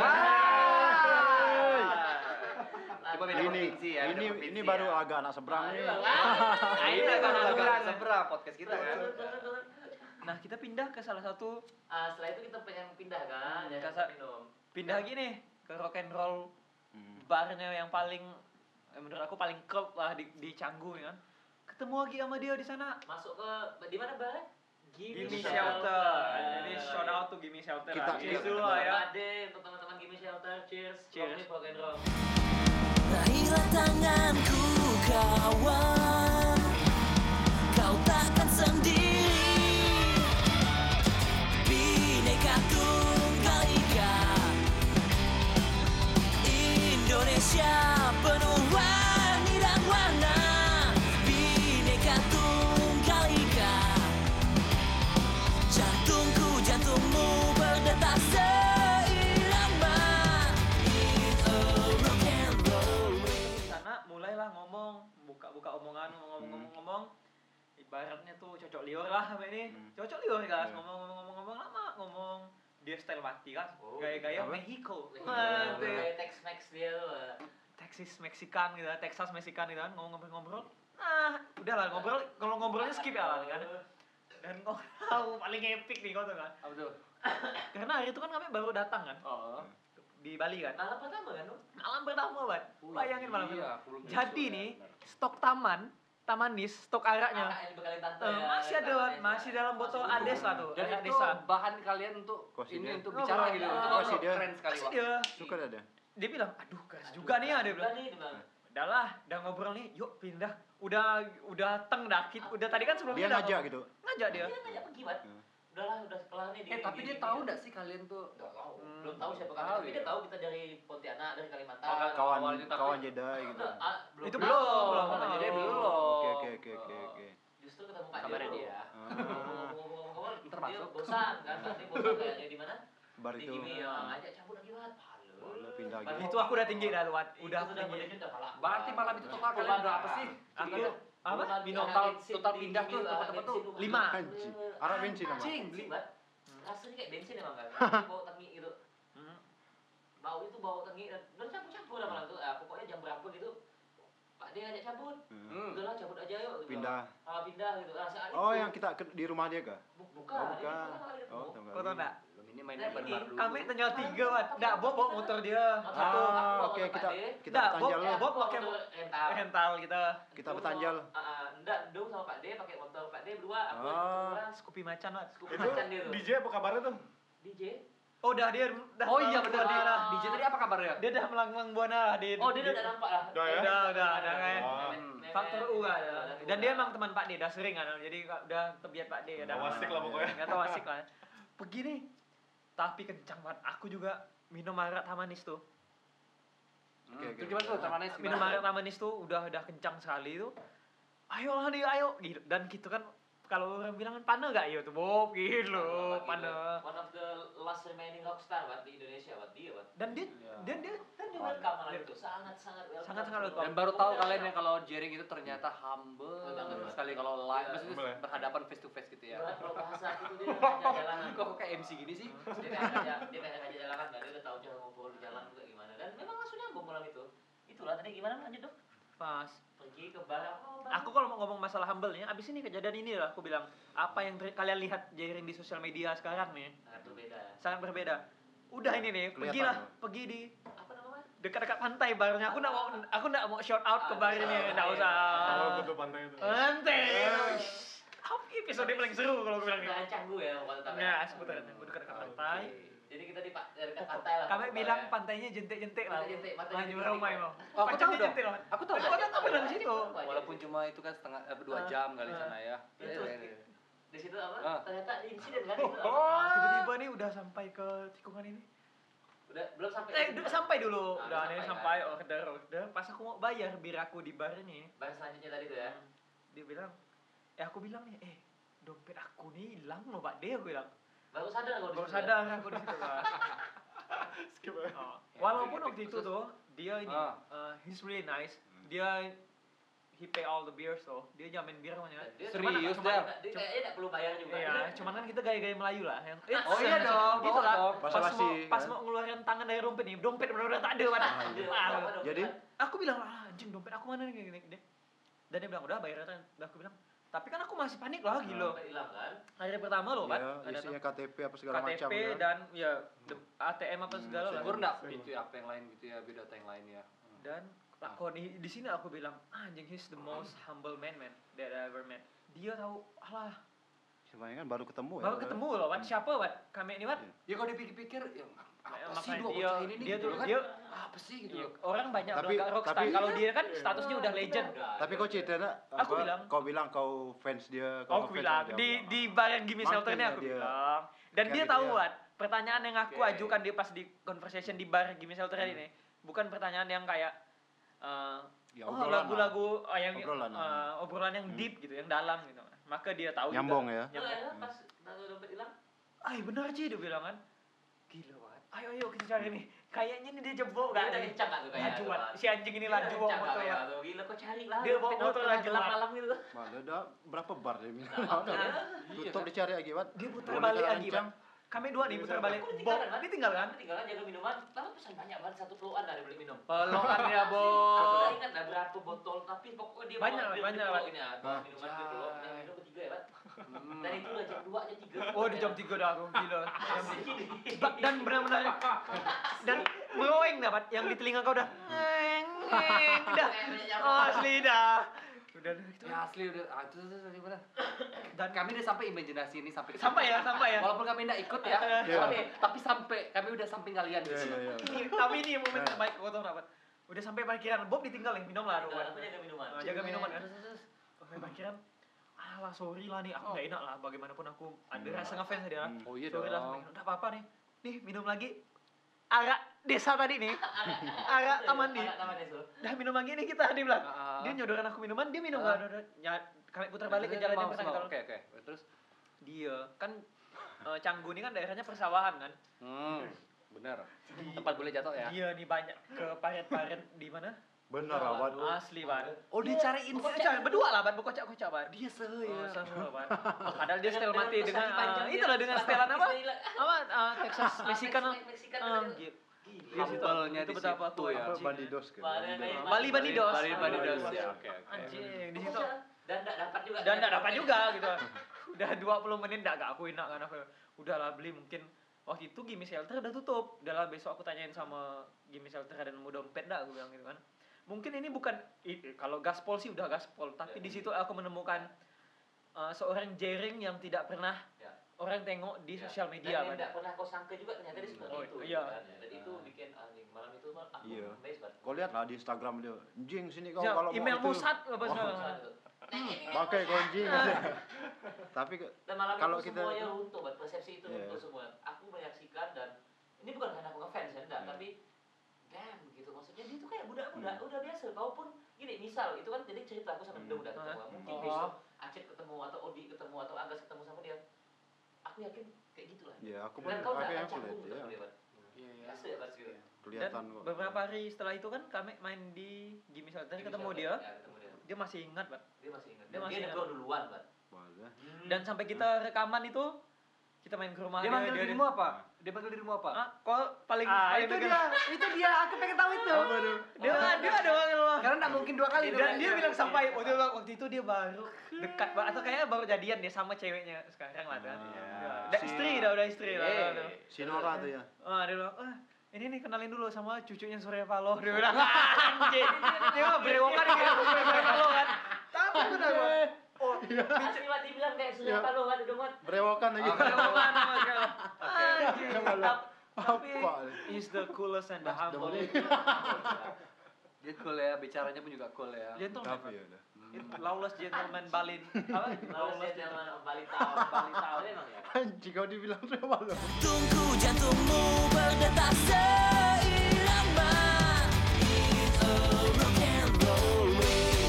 [SPEAKER 4] Cuma beda
[SPEAKER 6] Ini
[SPEAKER 4] provinsi ya. beda
[SPEAKER 6] ini
[SPEAKER 4] provinsi
[SPEAKER 6] ini
[SPEAKER 4] ya.
[SPEAKER 6] baru agak anak seberang
[SPEAKER 2] Ah,
[SPEAKER 6] nih.
[SPEAKER 2] iya, kan?
[SPEAKER 4] Nah, ini agak agak
[SPEAKER 3] Seberang.
[SPEAKER 4] seberang podcast kita kan.
[SPEAKER 3] Nah, kita pindah ke salah satu
[SPEAKER 2] Ah, setelah itu kita pengen pindah kan,
[SPEAKER 3] Hmm,
[SPEAKER 2] nyari
[SPEAKER 3] kasa-
[SPEAKER 2] tempat minum.
[SPEAKER 3] pindah gini ke rock and roll
[SPEAKER 6] Hmm.
[SPEAKER 3] barnya yang paling eh, menurut aku paling klub lah di di Canggu ya kan. Ketemu lagi sama dia di sana.
[SPEAKER 2] Masuk ke di mana barnya?
[SPEAKER 3] Gimme
[SPEAKER 2] Gimme
[SPEAKER 3] Shelter. Jadi
[SPEAKER 2] Ah,
[SPEAKER 3] shout
[SPEAKER 2] iya.
[SPEAKER 3] out to Gimme Shelter.
[SPEAKER 6] Kita-
[SPEAKER 3] lah. Cheers
[SPEAKER 6] kita-
[SPEAKER 3] dulu lah ya.
[SPEAKER 2] Ade untuk teman-teman Gimme Shelter, cheers.
[SPEAKER 3] Cheers.
[SPEAKER 2] Rock and roll.
[SPEAKER 7] Raihlah tanganku kawan, kau takkan sendiri. Bhinneka Tunggal Ika, Indonesia penuh warni dan warna. Bhinneka Tunggal Ika, jantungku jantungmu berdetak seirama. In a rock and roll way.
[SPEAKER 3] Sana mulailah ngomong, buka-buka omongan, ngomong-ngomong-ngomong. Ibaratnya tuh cocok liur lah sampai ini. Cocok liur guys,
[SPEAKER 6] Iya.
[SPEAKER 3] ngomong-ngomong-ngomong lama ngomong. Dia style mati kan,
[SPEAKER 2] Oh,
[SPEAKER 3] gaya-gaya
[SPEAKER 6] apa?
[SPEAKER 3] Mexico.
[SPEAKER 2] Kayak
[SPEAKER 3] Mati.
[SPEAKER 2] Tex-Mex dia tuh. eh.
[SPEAKER 3] Texas Meksikan gitu, Texas Meksikan gitu kan, ngomong-ngobrol. Nah, udahlah ngobrol, kalau ngobrolnya skip ya lah kan. Dan kau tahu paling epic nih kau tuh kan.
[SPEAKER 4] Apa tuh?
[SPEAKER 3] Karena hari itu kan kami baru datang kan
[SPEAKER 4] Oh.
[SPEAKER 3] di Bali kan.
[SPEAKER 2] Malam pertama kan lu?
[SPEAKER 3] Malam pertama, Bat. Bayangin malam
[SPEAKER 4] Iya,
[SPEAKER 3] pertama.
[SPEAKER 4] aku belum
[SPEAKER 3] Jadi
[SPEAKER 4] nyusul,
[SPEAKER 3] nih,
[SPEAKER 4] benar.
[SPEAKER 3] stok taman, tamanis, stok araknya.
[SPEAKER 2] Anak yang dibekalin tante
[SPEAKER 3] Eh,
[SPEAKER 2] ya.
[SPEAKER 3] masih ada, Bat. Masih dalam botol
[SPEAKER 2] Masih
[SPEAKER 3] Ades lah tuh.
[SPEAKER 4] Dan
[SPEAKER 3] arak
[SPEAKER 4] itu
[SPEAKER 3] desa.
[SPEAKER 4] bahan kalian untuk
[SPEAKER 6] Kok sih
[SPEAKER 4] ini
[SPEAKER 6] dia?
[SPEAKER 4] untuk
[SPEAKER 3] Oh,
[SPEAKER 4] bicara
[SPEAKER 3] iya.
[SPEAKER 4] gitu.
[SPEAKER 3] Oh,
[SPEAKER 4] Itu
[SPEAKER 6] kok sih
[SPEAKER 4] ngobrol
[SPEAKER 6] dia?
[SPEAKER 4] keren sekali,
[SPEAKER 3] Masih
[SPEAKER 4] Wak.
[SPEAKER 3] dia.
[SPEAKER 6] Suka ada.
[SPEAKER 3] Dia bilang, aduh keras juga nih ya, dia bilang.
[SPEAKER 2] Nih, dia bilang.
[SPEAKER 3] Udahlah, udah ngobrol nih, yuk pindah. Udah udah teng dah, kit- udah tadi kan sebelumnya
[SPEAKER 6] Dia
[SPEAKER 3] udah
[SPEAKER 6] ngajak
[SPEAKER 3] ngomong.
[SPEAKER 6] gitu.
[SPEAKER 3] Ngajak dia.
[SPEAKER 2] Dia ngajak pergi, Bat.
[SPEAKER 6] Hmm.
[SPEAKER 2] Udahlah, udah kelar nih.
[SPEAKER 4] Eh, tapi dia tahu enggak sih kalian tuh
[SPEAKER 2] Nggak tahu.
[SPEAKER 3] Hmm.
[SPEAKER 2] Belum tahu siapa
[SPEAKER 4] Tahu
[SPEAKER 2] kami. Tapi
[SPEAKER 4] ya?
[SPEAKER 2] dia tahu kita dari Pontianak, dari Kalimantan.
[SPEAKER 4] Oh,
[SPEAKER 6] Kawan
[SPEAKER 4] awalnya tapi-
[SPEAKER 6] kawan Jedai gitu.
[SPEAKER 2] Udah, ah, belum
[SPEAKER 3] Itu
[SPEAKER 2] belum.
[SPEAKER 3] belum,
[SPEAKER 4] belum. Jadi belum.
[SPEAKER 6] Oke oke oke oke oke.
[SPEAKER 2] Justru ketemu Pak
[SPEAKER 4] Kabarnya
[SPEAKER 2] Dewo.
[SPEAKER 4] dia.
[SPEAKER 6] Ah,
[SPEAKER 2] Ngomong-ngomong,
[SPEAKER 4] Ntar
[SPEAKER 2] dia
[SPEAKER 4] masuk.
[SPEAKER 2] bosan kan, pasti bosan kayaknya di mana?
[SPEAKER 6] bar
[SPEAKER 2] Di
[SPEAKER 6] itu.
[SPEAKER 2] Gimi ya, ngajak cabut lagi, Bat. Halo.
[SPEAKER 6] Boleh pindah
[SPEAKER 2] Pas
[SPEAKER 6] gitu.
[SPEAKER 3] Itu aku udah tinggi dah, Wat. Udah
[SPEAKER 2] Itu udah
[SPEAKER 3] tinggi.
[SPEAKER 2] tinggi. Udah malah.
[SPEAKER 4] Berarti malam itu total kalian berapa sih?
[SPEAKER 3] Aku
[SPEAKER 4] Ceritanya?
[SPEAKER 3] apa?
[SPEAKER 2] Minum
[SPEAKER 4] Total- total pindah tuh tempat-tempat tuh
[SPEAKER 3] lima.
[SPEAKER 6] Anjing. Arak bensin apa?
[SPEAKER 2] Cing, beli, Bat. Rasanya kayak bensin emang kan. Bau tangi gitu.
[SPEAKER 3] Hmm.
[SPEAKER 2] Bau itu bau tangi dan dan campur-campur lah malam tuh. Ah, pokoknya jam berapa gitu. Pak dia ngajak cabut.
[SPEAKER 4] Hmm.
[SPEAKER 2] Udahlah cabut aja yuk. gitu.
[SPEAKER 6] Pindah.
[SPEAKER 2] Ah, pindah gitu. Nah, saat
[SPEAKER 6] Oh,
[SPEAKER 2] itu-
[SPEAKER 6] yang kita ke, di rumah dia kah?
[SPEAKER 2] Bu- bukan.
[SPEAKER 6] Oh,
[SPEAKER 2] ini
[SPEAKER 6] bukan.
[SPEAKER 2] pertama kali ketemu.
[SPEAKER 6] Oh, tunggu.
[SPEAKER 3] Kau tau enggak?
[SPEAKER 4] Belum, ini mainnya baru-baru dulu.
[SPEAKER 3] Kami tinggal tiga, Wat. Nggak, Bob bawa motor dia.
[SPEAKER 2] Satu,
[SPEAKER 3] Satu.
[SPEAKER 2] aku
[SPEAKER 6] Ah,
[SPEAKER 2] bawa
[SPEAKER 6] oke
[SPEAKER 2] motor
[SPEAKER 6] kita
[SPEAKER 2] Pak D.
[SPEAKER 6] kita
[SPEAKER 3] Nggak,
[SPEAKER 6] bertanjal
[SPEAKER 3] Bob-
[SPEAKER 6] lah.
[SPEAKER 3] Bob
[SPEAKER 2] Aku
[SPEAKER 3] pakai
[SPEAKER 2] motor rental.
[SPEAKER 3] rental kita.
[SPEAKER 6] Kita
[SPEAKER 2] Dulu
[SPEAKER 6] bertanjal.
[SPEAKER 2] sama- ah, ah, enggak, Dong sama Pak D pakai motor Pak D berdua. Aku
[SPEAKER 6] Ah.
[SPEAKER 2] berdua.
[SPEAKER 3] Scoopy macan, Wat.
[SPEAKER 2] Scoop
[SPEAKER 5] Itu
[SPEAKER 2] macan dia tuh.
[SPEAKER 5] D J apa kabarnya tuh?
[SPEAKER 2] D J.
[SPEAKER 3] Oh, udah dia udah
[SPEAKER 4] Oh iya
[SPEAKER 3] melanglang
[SPEAKER 4] benar.
[SPEAKER 3] buana.
[SPEAKER 4] D J tadi apa kabarnya?
[SPEAKER 3] Dia udah melanglang buana lah di
[SPEAKER 2] Oh, dia
[SPEAKER 3] di-
[SPEAKER 2] udah nampak lah.
[SPEAKER 5] Udah ya?
[SPEAKER 3] Udah, udah, udah, kan.
[SPEAKER 5] Oh.
[SPEAKER 3] Faktor U kan. Dan dia emang teman Pak D, udah sering kan. Jadi udah kebiat Pak D. Udah
[SPEAKER 5] Tahu asik lah pokoknya.
[SPEAKER 3] Nggak tahu asik lah. Pergi nih. Tapi kencang banget. Aku juga minum arak tamanis tuh.
[SPEAKER 4] Hmm,
[SPEAKER 6] Oke,
[SPEAKER 4] itu
[SPEAKER 6] oke.
[SPEAKER 4] gimana tuh tamanis?
[SPEAKER 3] Minum arak tamanis tuh udah udah kencang sekali tuh. Ayolah nih, ayo. Gitu. Dan gitu kan kalau orang bilang kan pane gak iya tuh Bob gitu loh, pane.
[SPEAKER 2] One of the last remaining rockstar buat di Indonesia buat dia, buat.
[SPEAKER 3] Dan dia
[SPEAKER 4] Iya.
[SPEAKER 3] dan dia
[SPEAKER 2] Dan dia welcome malam itu sangat-sangat welcome.
[SPEAKER 3] Sangat-sangat welcome.
[SPEAKER 4] Dan baru tahu kalian ya kalau Jering itu ternyata humble
[SPEAKER 2] Oh, banget, Mas.
[SPEAKER 4] sekali kalau live,
[SPEAKER 2] Iya.
[SPEAKER 4] maksudnya
[SPEAKER 5] Humble ya?
[SPEAKER 4] berhadapan face to face gitu ya.
[SPEAKER 2] Berat kalau bahasa itu dia ngajak jalanan.
[SPEAKER 4] Kok kayak M C gini sih?
[SPEAKER 2] Dia kayak ngajak, dia kayak ngajak jalanan, kan dia udah tahu cara ngobrol di jalan juga gimana. Dan memang langsung nyambung malam itu. Itulah tadi gimana lanjut dong?
[SPEAKER 3] pas.
[SPEAKER 2] Pergi ke bar apa? Oh, bar.
[SPEAKER 3] Aku kalau mau ngomong masalah humble nya, abis ini kejadian ini lah aku bilang apa yang ter- kalian lihat Jering di sosial media sekarang nih
[SPEAKER 2] sangat berbeda.
[SPEAKER 3] sangat berbeda. Udah ini nih,
[SPEAKER 6] Kelihatan
[SPEAKER 3] pergilah,
[SPEAKER 6] loh.
[SPEAKER 3] pergi di
[SPEAKER 2] Apa namanya?
[SPEAKER 3] dekat-dekat pantai barnya. Aku nggak mau, aku nggak mau shout out ke bar ini, nggak
[SPEAKER 5] Oh,
[SPEAKER 3] usah.
[SPEAKER 5] betul pantai itu.
[SPEAKER 3] Pantai. Apa episode paling seru kalau aku bilang
[SPEAKER 2] Udah
[SPEAKER 3] ini.
[SPEAKER 2] ancang gue ya pokoknya tapi.
[SPEAKER 3] Nggak, seputaran aku dekat-dekat pantai.
[SPEAKER 2] Jadi kita di pa- dekat pantai lah.
[SPEAKER 3] Kami
[SPEAKER 2] pokoknya.
[SPEAKER 3] bilang pantainya jentik-jentik lah.
[SPEAKER 2] Jentik-jentik, pantai
[SPEAKER 3] Lanjut
[SPEAKER 2] jentik.
[SPEAKER 3] rumah emang.
[SPEAKER 4] Oh, aku tahu dong.
[SPEAKER 3] jentik lah.
[SPEAKER 4] Aku tahu.
[SPEAKER 3] Aku tahu benar di situ.
[SPEAKER 4] Walaupun cuma itu kan setengah eh, dua
[SPEAKER 3] Ah,
[SPEAKER 4] jam kali
[SPEAKER 3] ah.
[SPEAKER 4] sana ya.
[SPEAKER 2] Itu.
[SPEAKER 4] Iya, iya, iya.
[SPEAKER 2] Di situ apa?
[SPEAKER 4] Ah.
[SPEAKER 2] Ternyata ada insiden kan itu. apa?
[SPEAKER 3] Nah, tiba-tiba nih udah sampai ke tikungan ini.
[SPEAKER 2] Udah belum sampai.
[SPEAKER 3] Eh, udah sampai dulu.
[SPEAKER 2] Ah,
[SPEAKER 3] Udah
[SPEAKER 2] sampai,
[SPEAKER 3] nih
[SPEAKER 2] kan?
[SPEAKER 3] sampai order order. Pas aku mau bayar bir aku di bar ini,
[SPEAKER 2] Bahas selanjutnya tadi tuh ya.
[SPEAKER 3] dia bilang, eh aku bilang nih, eh dompet aku nih hilang loh Pak D, aku bilang.
[SPEAKER 2] Baru sadar kalau di
[SPEAKER 3] Baru
[SPEAKER 2] situ ya?
[SPEAKER 3] sadar aku di situ kan.
[SPEAKER 5] Skip aja.
[SPEAKER 3] Oh. Walaupun waktu itu tuh dia ini,
[SPEAKER 4] Ah.
[SPEAKER 3] uh, he's really nice. Dia he pay all the beers tuh. Dia jamin bir semuanya.
[SPEAKER 2] Dan dia
[SPEAKER 4] Serius,
[SPEAKER 2] cuma-
[SPEAKER 4] Dar?
[SPEAKER 2] Dia kayaknya nggak perlu bayar juga.
[SPEAKER 3] Iya, cuman kan kita gaya-gaya Melayu lah. Yang, eh,
[SPEAKER 4] Oh iya dong,
[SPEAKER 3] gitu
[SPEAKER 4] bawa
[SPEAKER 3] lah.
[SPEAKER 4] dong.
[SPEAKER 3] Pas
[SPEAKER 6] Basa-basi,
[SPEAKER 3] mau, pas
[SPEAKER 6] kan?
[SPEAKER 3] mau ngeluarin tangan dari dompet nih, dompet benar-benar tak ada pada.
[SPEAKER 6] Ah, iya.
[SPEAKER 3] Ah,
[SPEAKER 6] Jadi?
[SPEAKER 3] aku bilang, ah, anjing dompet aku mana nih gini, gini. Dan dia bilang, udah bayar aja. Dan aku bilang, tapi kan aku masih panik lagi loh.
[SPEAKER 2] Dompet hilang kan?
[SPEAKER 3] Hari pertama loh, Pak.
[SPEAKER 6] Ya,
[SPEAKER 3] Ada
[SPEAKER 6] isinya
[SPEAKER 3] tuh
[SPEAKER 6] K T P apa segala
[SPEAKER 3] K T
[SPEAKER 6] macam
[SPEAKER 3] P
[SPEAKER 6] kan.
[SPEAKER 3] dan ya de- A T M apa segala lah.
[SPEAKER 4] Syukur enggak itu ya, apa yang lain gitu ya, beda data yang lain ya. Hmm.
[SPEAKER 3] Dan lakon di, di sini aku bilang, ah, anjing he's the most humble man man that I ever met. Dia tahu, alah,
[SPEAKER 6] Sebenarnya kan baru ketemu ya.
[SPEAKER 3] Baru ketemu loh, Wat. Siapa, Wat? Kami ini, Wat.
[SPEAKER 4] Ya kalau dipikir-pikir ya apa sih
[SPEAKER 3] Makanya
[SPEAKER 4] dua
[SPEAKER 3] dia-
[SPEAKER 4] bocah ini nih
[SPEAKER 3] dia
[SPEAKER 4] gitu
[SPEAKER 3] tuh-
[SPEAKER 4] loh kan?
[SPEAKER 3] dia-
[SPEAKER 4] Apa sih gitu
[SPEAKER 3] Iya,
[SPEAKER 4] loh.
[SPEAKER 3] orang banyak
[SPEAKER 6] Tapi-
[SPEAKER 3] bilang gak rockstar.
[SPEAKER 6] tapi-
[SPEAKER 3] Kalau dia kan statusnya udah legend.
[SPEAKER 6] Tapi kau cerita nak,
[SPEAKER 3] Aku
[SPEAKER 6] apa,
[SPEAKER 3] bilang.
[SPEAKER 6] kau bilang kau fans dia, kau
[SPEAKER 3] Oh, aku
[SPEAKER 6] ngefans
[SPEAKER 3] bilang
[SPEAKER 6] sama dia,
[SPEAKER 3] di
[SPEAKER 6] bilang.
[SPEAKER 3] di bar yang Gimme Shelter ini
[SPEAKER 6] Makanya
[SPEAKER 3] aku
[SPEAKER 6] dia-
[SPEAKER 3] bilang. Dan
[SPEAKER 6] kayak
[SPEAKER 3] dia
[SPEAKER 6] gitu
[SPEAKER 3] tahu,
[SPEAKER 6] ya.
[SPEAKER 3] Wat. Pertanyaan yang aku
[SPEAKER 4] Oke.
[SPEAKER 3] ajukan dia pas di conversation di bar Gimme Shelter
[SPEAKER 6] Hmm.
[SPEAKER 3] ini bukan pertanyaan yang kayak eh,
[SPEAKER 6] Ya,
[SPEAKER 3] oh
[SPEAKER 6] obrolan
[SPEAKER 3] lagu-lagu oh, yang
[SPEAKER 6] Obrolan,
[SPEAKER 3] eh,
[SPEAKER 6] ah.
[SPEAKER 3] obrolan yang
[SPEAKER 6] Hmm.
[SPEAKER 3] deep gitu, yang dalam gitu. Maka dia tahu
[SPEAKER 6] Nyambung
[SPEAKER 3] juga.
[SPEAKER 6] ya.
[SPEAKER 2] Lo ya pas tato dompet hilang,
[SPEAKER 3] Ay benar sih dia bilang kan. Gila banget. Ayo ayo kita cari nih. Kayaknya nih dia jebok
[SPEAKER 2] dia
[SPEAKER 3] gak
[SPEAKER 2] udah
[SPEAKER 3] nih.
[SPEAKER 2] kencang gak tuh kayak
[SPEAKER 3] Laju,
[SPEAKER 2] tuh,
[SPEAKER 3] Wat.
[SPEAKER 2] Pak?
[SPEAKER 3] Si anjing ini
[SPEAKER 2] Dia
[SPEAKER 3] laju
[SPEAKER 2] udah
[SPEAKER 3] bawa
[SPEAKER 2] kencang
[SPEAKER 3] motor.
[SPEAKER 2] gak
[SPEAKER 3] Wat.
[SPEAKER 2] kayak tuh? Gila kok cari lah.
[SPEAKER 3] Dia bawa
[SPEAKER 2] dompet
[SPEAKER 3] motor
[SPEAKER 2] tengah
[SPEAKER 3] laju,
[SPEAKER 2] gelap
[SPEAKER 3] Wat.
[SPEAKER 2] malam gitu.
[SPEAKER 6] Wah, dia udah berapa bar dia bilang.
[SPEAKER 2] Nah, makanya.
[SPEAKER 6] Tutup dicari lagi, Wat.
[SPEAKER 3] Dia putar
[SPEAKER 6] Boneka
[SPEAKER 3] balik lagi,
[SPEAKER 6] lancang.
[SPEAKER 3] Wat. Kami dua nih putar balik.
[SPEAKER 2] Aku
[SPEAKER 3] Bob,
[SPEAKER 2] ditinggalkan, Mat.
[SPEAKER 3] ini tinggal kan?
[SPEAKER 2] Aku tinggalan jaga minuman. Lalu pesan banyak banget, satu peluan lah dia beli minum.
[SPEAKER 3] Pelokan ya,
[SPEAKER 2] Aku
[SPEAKER 3] Bob.
[SPEAKER 2] nggak ingat dah berapa botol, tapi pokoknya dia
[SPEAKER 3] Banyak,
[SPEAKER 2] bawa- dia
[SPEAKER 3] banyak,
[SPEAKER 2] beli
[SPEAKER 3] Pak.
[SPEAKER 2] peluk ini ya, bawa minuman beli peluk. Yang minum ketiga ya, Pak.
[SPEAKER 4] Hmm.
[SPEAKER 2] Dan itu udah jam dua, jam tiga.
[SPEAKER 3] Oh di jam tiga dah aku gila.
[SPEAKER 2] Asli.
[SPEAKER 3] Ba- Dan benar-benar dan meroweng dapat yang di telinga kau dah. Ngeng, ngeng, dah. Oh, asli dah. Udah dah itu.
[SPEAKER 4] Ya asli udah ah, itu itu tadi benar.
[SPEAKER 3] Dan
[SPEAKER 4] Kami udah sampai imajinasi ini sampai
[SPEAKER 3] sampai ya, sampai ya.
[SPEAKER 4] Walaupun kami enggak ikut ya,
[SPEAKER 6] Iya.
[SPEAKER 4] tapi, tapi sampai kami udah samping kalian di
[SPEAKER 6] Iya,
[SPEAKER 4] sini.
[SPEAKER 6] iya, iya.
[SPEAKER 3] Ini kami ini momen terbaik kau tahu dapat. Udah sampai parkiran Bob ditinggal yang minum lah
[SPEAKER 2] Nah,
[SPEAKER 3] aduh.
[SPEAKER 2] aku jaga minuman.
[SPEAKER 3] Nah, jaga minuman kan. Sampai parkiran. Alah sorry lah nih, aku nggak enak lah. Bagaimanapun aku ada rasa ngefans dia lah.
[SPEAKER 4] Oh iya
[SPEAKER 3] Sorry lah,
[SPEAKER 4] dong.
[SPEAKER 3] udah apa-apa nih. Nih minum lagi. Arak desa tadi nih. Arak taman nih.
[SPEAKER 2] Agak taman itu.
[SPEAKER 3] Dah minum lagi nih kita dia bilang.
[SPEAKER 4] Ah.
[SPEAKER 3] Dia nyodoran aku minuman, dia minum
[SPEAKER 4] Ah.
[SPEAKER 3] nggak ada. Ya, kami putar balik ke jalan yang pernah kita.
[SPEAKER 4] Oke oke. Terus
[SPEAKER 3] Dia kan eh, Canggu ini kan daerahnya persawahan kan.
[SPEAKER 4] hmm, benar. Tempat boleh jatuh ya.
[SPEAKER 3] Dia nih banyak ke paret-paret di mana?
[SPEAKER 6] Benar, Wat.
[SPEAKER 3] Asli banget.
[SPEAKER 4] Oh dicariin
[SPEAKER 3] Dia cari berdua lah, Ban, berkocak-kocak, Ban.
[SPEAKER 4] dia se
[SPEAKER 3] Oh,
[SPEAKER 4] ya.
[SPEAKER 3] sama, Ban. Padahal dia setel mati
[SPEAKER 2] Dengan
[SPEAKER 3] dengan
[SPEAKER 2] kaki panjang
[SPEAKER 3] eh,
[SPEAKER 2] dia.
[SPEAKER 3] itulah dengan setelan apa?
[SPEAKER 2] Gila.
[SPEAKER 3] Apa eh, Texas Mexican.
[SPEAKER 2] Mex- Mexican
[SPEAKER 3] eh,
[SPEAKER 2] bener.
[SPEAKER 3] gitu.
[SPEAKER 2] Gila.
[SPEAKER 3] Di situ,
[SPEAKER 4] Humble-nya
[SPEAKER 3] itu
[SPEAKER 4] di
[SPEAKER 3] betapa
[SPEAKER 4] situ
[SPEAKER 3] aku
[SPEAKER 4] ya.
[SPEAKER 6] Apa
[SPEAKER 3] anjing.
[SPEAKER 6] bandidos ke?
[SPEAKER 2] Bali-
[SPEAKER 6] Bandidos.
[SPEAKER 3] Bali Bandidos.
[SPEAKER 4] Bali Bandidos
[SPEAKER 3] Bali
[SPEAKER 4] ya. Oke oke.
[SPEAKER 3] Anjing, di situ.
[SPEAKER 2] Dan enggak dapat juga.
[SPEAKER 3] Dan enggak dapat juga gitu. Udah dua puluh menit enggak gak aku enak kan aku. Udahlah beli mungkin waktu itu Gimme Shelter udah tutup. Udahlah besok aku tanyain sama Gimme Shelter ada nemu dompet enggak aku bilang gitu kan. Mungkin ini bukan i- kalau gaspol sih udah gaspol, tapi di situ aku menemukan uh, seorang jaring yang tidak pernah
[SPEAKER 2] Ya.
[SPEAKER 3] orang tengok di
[SPEAKER 2] Ya.
[SPEAKER 3] sosial media
[SPEAKER 2] Dan yang
[SPEAKER 3] kan.
[SPEAKER 2] tidak pernah kau sangka juga ternyata dia seperti
[SPEAKER 3] Oh,
[SPEAKER 2] itu.
[SPEAKER 3] iya.
[SPEAKER 2] kan. Dan itu bikin anjing malam itu mal- aku
[SPEAKER 6] Iya.
[SPEAKER 2] amazed banget.
[SPEAKER 6] Kau lihat lah di Instagram dia. Jing sini kau
[SPEAKER 3] Ya,
[SPEAKER 6] kalau mau
[SPEAKER 3] email
[SPEAKER 6] itu.
[SPEAKER 3] musat apa
[SPEAKER 6] Wah,
[SPEAKER 3] segala.
[SPEAKER 2] Saat itu.
[SPEAKER 6] Pakai kunci. Tapi ke-
[SPEAKER 2] Dan malam
[SPEAKER 6] Kalau
[SPEAKER 2] itu
[SPEAKER 6] kita-
[SPEAKER 2] semuanya runtuh, buat persepsi itu
[SPEAKER 6] Iya.
[SPEAKER 2] runtuh semua. Aku menyaksikan dan ini bukan karena aku ngefans ya, enggak,
[SPEAKER 6] Iya.
[SPEAKER 2] tapi damn gitu maksudnya dia tuh kayak budak-budak, udah biasa. Kalaupun gini, misal itu kan jadi cerita aku sama
[SPEAKER 6] Hmm.
[SPEAKER 2] budak-budak ketemu.
[SPEAKER 3] Ah.
[SPEAKER 2] Mungkin
[SPEAKER 3] Oh.
[SPEAKER 2] besok Aceh ketemu atau Odi ketemu atau Agas ketemu sama dia. Aku yakin kayak gitulah.
[SPEAKER 6] ya aku
[SPEAKER 2] Dan kau
[SPEAKER 6] aku
[SPEAKER 2] enggak
[SPEAKER 6] yang
[SPEAKER 2] akan canggung
[SPEAKER 6] kulihat
[SPEAKER 2] ketemu
[SPEAKER 6] ya.
[SPEAKER 2] dia, Pak.
[SPEAKER 4] Iya iya.
[SPEAKER 2] Biasa ya, Pak, gitu.
[SPEAKER 3] Dan
[SPEAKER 6] Kelihatan kok.
[SPEAKER 3] beberapa hari setelah itu kan kami main di Gimme Shelter ketemu dia.
[SPEAKER 2] Ya, ketemu dia.
[SPEAKER 3] Dia masih ingat, Pak.
[SPEAKER 2] Dia masih ingat.
[SPEAKER 3] Dia
[SPEAKER 2] Dan
[SPEAKER 3] masih
[SPEAKER 2] dia
[SPEAKER 3] ingat.
[SPEAKER 2] negor duluan, Pak.
[SPEAKER 6] Wah,
[SPEAKER 3] Dan sampai kita rekaman itu kita main ke rumah
[SPEAKER 4] Dia
[SPEAKER 3] dia.
[SPEAKER 4] manggil
[SPEAKER 3] dia-
[SPEAKER 4] dirimu apa? Dia manggil dirimu apa?
[SPEAKER 3] Ah, kok paling
[SPEAKER 4] Ah,
[SPEAKER 3] paling
[SPEAKER 4] itu
[SPEAKER 3] dekat.
[SPEAKER 4] dia, itu dia. Aku pengen tahu itu.
[SPEAKER 3] Dia dia ada manggil lo.
[SPEAKER 4] Karena enggak mungkin dua kali
[SPEAKER 3] Dan dia bilang sampai waktu itu, waktu itu dia baru dekat banget atau kayaknya baru jadian dia sama ceweknya sekarang lah kan.
[SPEAKER 6] Ah.
[SPEAKER 3] Udah, udah istri dah, udah istri lah.
[SPEAKER 4] Eh.
[SPEAKER 3] udah.
[SPEAKER 6] si Nora tuh ya.
[SPEAKER 3] Ah, dia bilang, "Ah, ini nih kenalin dulu sama cucunya Surya Paloh." Dia bilang, "Anjing." Dia mah berewokan dia Surya Paloh kan. Tapi benar gua. Oh,
[SPEAKER 2] Asli mati bilang kayak
[SPEAKER 6] Iya.
[SPEAKER 2] sudah palu kan udah muat.
[SPEAKER 6] Berewokan lagi.
[SPEAKER 3] berewokan sama sekali. Anjing. Tap- Tapi
[SPEAKER 6] Apa?
[SPEAKER 3] he's the coolest and the humble.
[SPEAKER 4] Dia cool ya, bicaranya pun juga cool ya.
[SPEAKER 3] Gentleman.
[SPEAKER 6] Tapi ya udah.
[SPEAKER 3] Lawless gentleman Balin. Apa?
[SPEAKER 2] Lawless zaman Bali tahun, Bali tahun emang ya.
[SPEAKER 6] Anjing kau dibilang siapa lo?
[SPEAKER 7] Tunggu jantungmu berdetak seirama It's a rock and roll wave.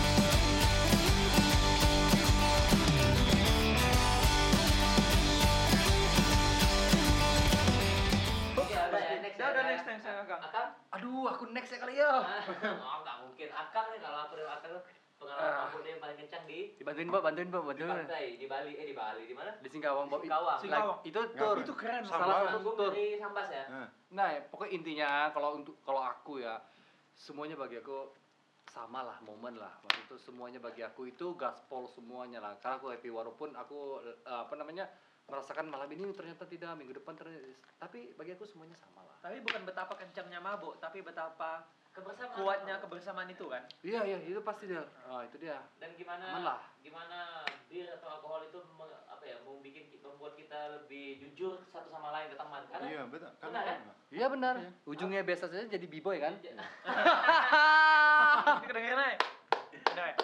[SPEAKER 2] Oke, udah ya, next.
[SPEAKER 3] Udah,
[SPEAKER 2] ya.
[SPEAKER 3] udah, next, next, ya, Kak.
[SPEAKER 2] Akang?
[SPEAKER 4] Aduh, aku next ya kali ya.
[SPEAKER 2] Oh, nggak mungkin. Akang nih kalau aku dengan Akang tuh pengalaman
[SPEAKER 4] Ah.
[SPEAKER 2] aku dia yang paling kencang di
[SPEAKER 4] Dibantuin, Pak, bantuin, Pak,
[SPEAKER 2] di
[SPEAKER 4] bantuin.
[SPEAKER 2] pantai, di Bali, eh di Bali, di mana?
[SPEAKER 4] Di Singkawang, Bob.
[SPEAKER 2] Singkawang.
[SPEAKER 3] Singkawang.
[SPEAKER 4] Itu tour.
[SPEAKER 3] Itu keren.
[SPEAKER 6] Sama.
[SPEAKER 4] Salah satu
[SPEAKER 2] Panggung
[SPEAKER 4] tour.
[SPEAKER 2] dari Sambas ya.
[SPEAKER 6] Nah,
[SPEAKER 4] Nah, pokoknya intinya kalau untuk kalau aku ya semuanya bagi aku sama lah momen lah. Waktu itu semuanya bagi aku itu gaspol semuanya lah. Karena aku happy walaupun aku eh, apa namanya merasakan malam ini ternyata tidak, minggu depan ternyata, tapi bagi aku semuanya sama lah.
[SPEAKER 3] Tapi bukan betapa kencangnya mabuk, tapi betapa
[SPEAKER 2] Kebersamaan.
[SPEAKER 3] kuatnya kebersamaan itu kan.
[SPEAKER 4] Iya iya itu pasti dia. Ah itu dia.
[SPEAKER 2] Dan gimana
[SPEAKER 4] Aman lah.
[SPEAKER 2] gimana bir atau alkohol itu me- apa ya lebih jujur satu sama lain ke teman karena
[SPEAKER 6] Iya, betul. Kan
[SPEAKER 2] Benar, kan?
[SPEAKER 4] Iya benar. Ujungnya biasa saja jadi b-boy kan?
[SPEAKER 3] Kedengeran aja. Udah ya.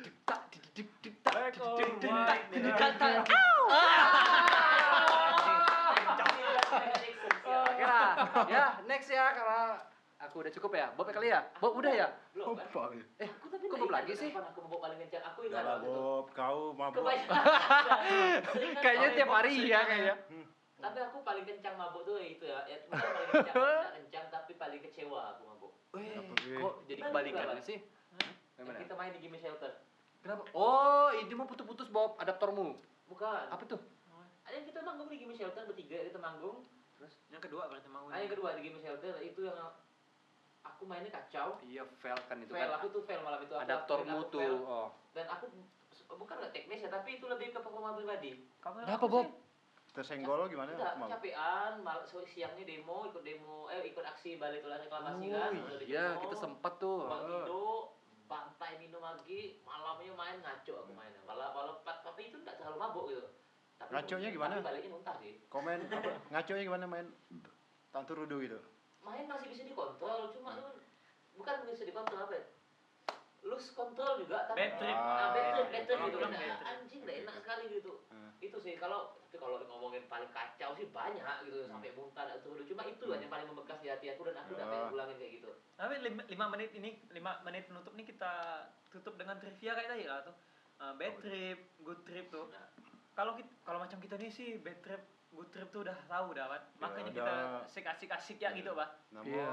[SPEAKER 4] Oke lah. Ya, next ya karena aku udah cukup ya. Bob kali ya? Bob udah ya?
[SPEAKER 2] belum kan?
[SPEAKER 6] Apa ya?
[SPEAKER 4] Eh,
[SPEAKER 2] Aku tapi
[SPEAKER 4] kok
[SPEAKER 2] nggak
[SPEAKER 4] Bob
[SPEAKER 2] ingat
[SPEAKER 4] lagi
[SPEAKER 2] tuh
[SPEAKER 4] sih?
[SPEAKER 2] kapan aku mabuk paling kencang. Aku
[SPEAKER 6] Udah
[SPEAKER 2] ingat
[SPEAKER 6] lah,
[SPEAKER 2] waktu itu.
[SPEAKER 6] Bob, kau mabuk.
[SPEAKER 2] Kebanyakan. Seringan
[SPEAKER 4] Kayaknya
[SPEAKER 2] soalnya
[SPEAKER 4] tiap
[SPEAKER 2] Bob
[SPEAKER 4] hari ya
[SPEAKER 2] seringan.
[SPEAKER 4] kayaknya.
[SPEAKER 2] Tapi aku paling kencang mabuk tuh ya itu ya. Ya bukan paling kencang, tidak kencang tapi paling kecewa aku mabuk.
[SPEAKER 4] Weh,
[SPEAKER 6] Wih.
[SPEAKER 4] kok jadi
[SPEAKER 2] Benar
[SPEAKER 4] kebalikan
[SPEAKER 2] juga,
[SPEAKER 4] sih?
[SPEAKER 2] Yang
[SPEAKER 4] Gimana?
[SPEAKER 2] kita main di Gimme Shelter.
[SPEAKER 4] Kenapa? Oh, ini mau putus-putus Bob, adaptormu.
[SPEAKER 2] Bukan.
[SPEAKER 4] Apa tuh?
[SPEAKER 2] Ada yang kita manggung di Gimme Shelter bertiga kita manggung.
[SPEAKER 3] Yang kedua berarti mau.
[SPEAKER 2] Ah yang kedua di Gimme Shelter itu yang aku mainnya kacau.
[SPEAKER 4] Iya, fail kan itu
[SPEAKER 2] Fail
[SPEAKER 4] kan.
[SPEAKER 2] aku tuh fail malam itu. Aku
[SPEAKER 4] Adaptormu
[SPEAKER 2] aku
[SPEAKER 4] tuh.
[SPEAKER 2] fail.
[SPEAKER 4] Oh.
[SPEAKER 2] Dan aku bukan nggak teknis ya tapi itu lebih ke performa pribadi.
[SPEAKER 3] Kamu
[SPEAKER 4] Kenapa Bob?
[SPEAKER 6] Tersenggol gimana?
[SPEAKER 2] Tidak,
[SPEAKER 6] Mau?
[SPEAKER 2] capean, mal sore siangnya demo, ikut demo, eh ikut aksi balik tulang reklamasi
[SPEAKER 4] Oh
[SPEAKER 2] kan. Udah di
[SPEAKER 4] iya,
[SPEAKER 2] demo,
[SPEAKER 4] kita sempat tuh.
[SPEAKER 2] Bang
[SPEAKER 4] Oh.
[SPEAKER 2] Indo, pantai minum lagi, malamnya main ngaco aku mainnya. Walau walau tapi itu nggak terlalu mabuk gitu. Tapi
[SPEAKER 6] Ngaconya gimana?
[SPEAKER 2] Tapi baliknya muntah sih.
[SPEAKER 6] Komen apa? Ngaconya gimana main? Tantu rudu gitu.
[SPEAKER 2] Main masih bisa dikontrol, cuma lu bukan bisa dikontrol apa ya? Lose control juga tapi
[SPEAKER 3] Bad trip.
[SPEAKER 2] ah, bad trip, bad trip
[SPEAKER 3] Kalau
[SPEAKER 2] gitu
[SPEAKER 3] bilang
[SPEAKER 2] kan.
[SPEAKER 3] bad trip.
[SPEAKER 2] Anjing gak enak sekali gitu.
[SPEAKER 6] Hmm.
[SPEAKER 2] Itu sih kalau tapi kalau ngomongin paling kacau sih banyak gitu sampai muntah dan terus cuma itu kan yang paling membekas di hati aku dan aku udah
[SPEAKER 6] Ya.
[SPEAKER 2] pengen ulangin kayak gitu.
[SPEAKER 3] Tapi lima, lima menit ini, lima menit penutup nih kita tutup dengan trivia kayak tadi lah tuh. Uh, bad trip, good trip tuh.
[SPEAKER 2] Nah,
[SPEAKER 3] Kalau kita, kalau macam kita nih sih bad trip, good trip tuh udah tahu dah, Pak. Makanya
[SPEAKER 6] ada.
[SPEAKER 3] kita asik-asik ya gitu, Pak.
[SPEAKER 6] Nama
[SPEAKER 4] Iya.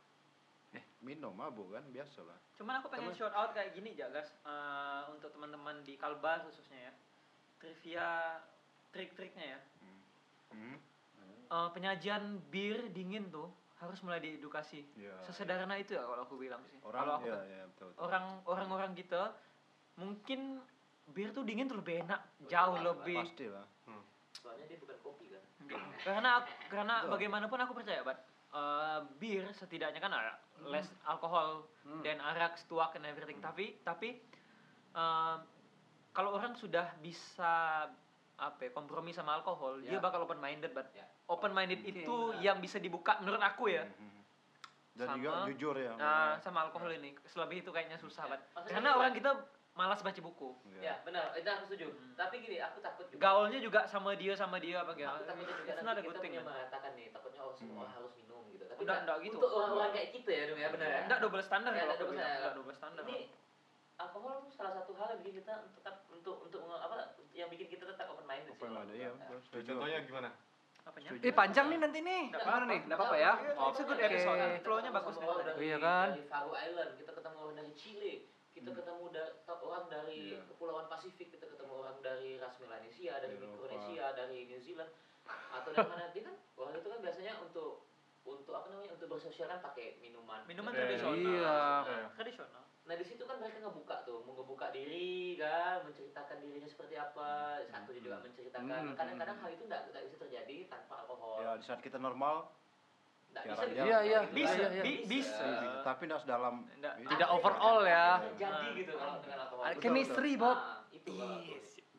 [SPEAKER 6] eh minum mabuk kan biasa lah.
[SPEAKER 3] Cuman aku pengen shout out kayak gini ya, guys. Uh, untuk teman-teman di Kalbar khususnya ya. Trivia trik-triknya ya.
[SPEAKER 6] Hmm.
[SPEAKER 3] Uh, penyajian bir dingin tuh harus mulai diedukasi.
[SPEAKER 6] Iya.
[SPEAKER 3] Sesederhana itu ya kalau aku bilang sih.
[SPEAKER 6] Orang
[SPEAKER 3] Kalau aku
[SPEAKER 6] ya ya betul. betul.
[SPEAKER 3] orang orang-orang kita mungkin bir tuh dingin tuh lebih enak, jauh lebih.
[SPEAKER 6] Pasti lah.
[SPEAKER 2] soalnya dia bukan kopi kan.
[SPEAKER 3] Karena aku- karena
[SPEAKER 6] Betul.
[SPEAKER 3] bagaimanapun aku percaya, Bat. Uh, bir setidaknya kan ada less alkohol
[SPEAKER 4] Hmm.
[SPEAKER 3] dan arak, tuak and everything. Tapi tapi uh, kalau orang sudah bisa apa ya, kompromi sama alkohol, dia
[SPEAKER 4] Ya.
[SPEAKER 3] bakal open minded, Bat.
[SPEAKER 2] Ya.
[SPEAKER 3] Open minded
[SPEAKER 4] Oke.
[SPEAKER 3] itu yang bisa dibuka menurut aku ya.
[SPEAKER 6] Hmm. Dan
[SPEAKER 3] Sama-
[SPEAKER 6] juga jujur ya.
[SPEAKER 3] Nah, sama alkohol ini. Selebih itu kayaknya susah,
[SPEAKER 2] Ya.
[SPEAKER 3] Bat.
[SPEAKER 2] Maksudnya
[SPEAKER 3] Karena
[SPEAKER 2] gini,
[SPEAKER 3] orang
[SPEAKER 2] Bat.
[SPEAKER 3] kita malas baca buku.
[SPEAKER 2] Ya, benar. Itu aku setuju.
[SPEAKER 3] Hmm.
[SPEAKER 2] Tapi gini, aku takut juga.
[SPEAKER 3] Gaulnya juga sama dia sama dia apa gitu.
[SPEAKER 2] Aku takutnya juga
[SPEAKER 3] It's not a
[SPEAKER 2] nanti
[SPEAKER 3] good
[SPEAKER 2] kita
[SPEAKER 3] thing,
[SPEAKER 2] punya
[SPEAKER 3] man.
[SPEAKER 2] mengatakan nih, takutnya oh semua
[SPEAKER 6] Hmm.
[SPEAKER 2] harus minum gitu. Tapi
[SPEAKER 3] Enggak,
[SPEAKER 2] enggak,
[SPEAKER 3] enggak gitu.
[SPEAKER 2] Untuk orang-orang kayak kita ya, dong ya, benar ya.
[SPEAKER 3] Enggak double standar
[SPEAKER 2] Ya,
[SPEAKER 3] kalau
[SPEAKER 2] enggak
[SPEAKER 3] aku
[SPEAKER 2] double
[SPEAKER 3] bilang.
[SPEAKER 2] standar.
[SPEAKER 3] Enggak double standar.
[SPEAKER 2] Ini alkohol tuh salah satu hal yang bikin kita tetap untuk untuk nge- apa yang bikin kita tetap open minded sih.
[SPEAKER 6] Open
[SPEAKER 2] kalau
[SPEAKER 6] minded,
[SPEAKER 2] aku
[SPEAKER 6] iya.
[SPEAKER 2] bilang.
[SPEAKER 6] betul. Setuju.
[SPEAKER 5] Contohnya gimana?
[SPEAKER 3] Apanya?
[SPEAKER 6] Setuju.
[SPEAKER 4] Eh panjang nih nanti nih.
[SPEAKER 3] Nggak
[SPEAKER 4] Gimana
[SPEAKER 3] apa-apa.
[SPEAKER 4] nih? Enggak apa-apa ya?
[SPEAKER 2] Nggak
[SPEAKER 3] It's a good
[SPEAKER 2] apa-apa.
[SPEAKER 3] episode.
[SPEAKER 2] Kita
[SPEAKER 3] Flow-nya
[SPEAKER 2] ketemu
[SPEAKER 3] bagus
[SPEAKER 2] sama
[SPEAKER 3] nih.
[SPEAKER 2] orang dari,
[SPEAKER 4] Iya kan?
[SPEAKER 2] dari Faroe Island, kita ketemu orang dari Chile, kita ketemu da- orang dari
[SPEAKER 6] Iya.
[SPEAKER 2] kepulauan Pasifik, kita ketemu orang dari ras Melanesia, dari
[SPEAKER 6] Eropa.
[SPEAKER 2] Mikronesia, dari New Zealand, atau dari mana dia kan orang itu kan biasanya untuk untuk apa namanya untuk bersosial kan pakai minuman
[SPEAKER 3] Minuman
[SPEAKER 5] Eh,
[SPEAKER 3] tradisional.
[SPEAKER 4] iya.
[SPEAKER 2] Nah,
[SPEAKER 3] Tradisional.
[SPEAKER 2] nah di situ kan mereka ngebuka tuh mau ngebuka diri kan menceritakan dirinya seperti apa satu juga menceritakan
[SPEAKER 4] Hmm.
[SPEAKER 2] kadang-kadang hal itu nggak nggak bisa terjadi tanpa alkohol
[SPEAKER 6] Ya di saat kita normal
[SPEAKER 2] nggak
[SPEAKER 6] ya,
[SPEAKER 2] bisa
[SPEAKER 6] ya.
[SPEAKER 2] gitu.
[SPEAKER 4] Iya, iya.
[SPEAKER 3] Bisa,
[SPEAKER 4] Iya, iya.
[SPEAKER 3] bi- bisa.
[SPEAKER 6] tapi tidak sedalam
[SPEAKER 3] Nggak-
[SPEAKER 6] ini.
[SPEAKER 4] Tidak overall ya.
[SPEAKER 2] terjadi gitu kalau dengan alkohol
[SPEAKER 4] Ada
[SPEAKER 2] Betul,
[SPEAKER 4] chemistry,
[SPEAKER 2] betul.
[SPEAKER 4] Bob.
[SPEAKER 2] Nah, itu kalau aku.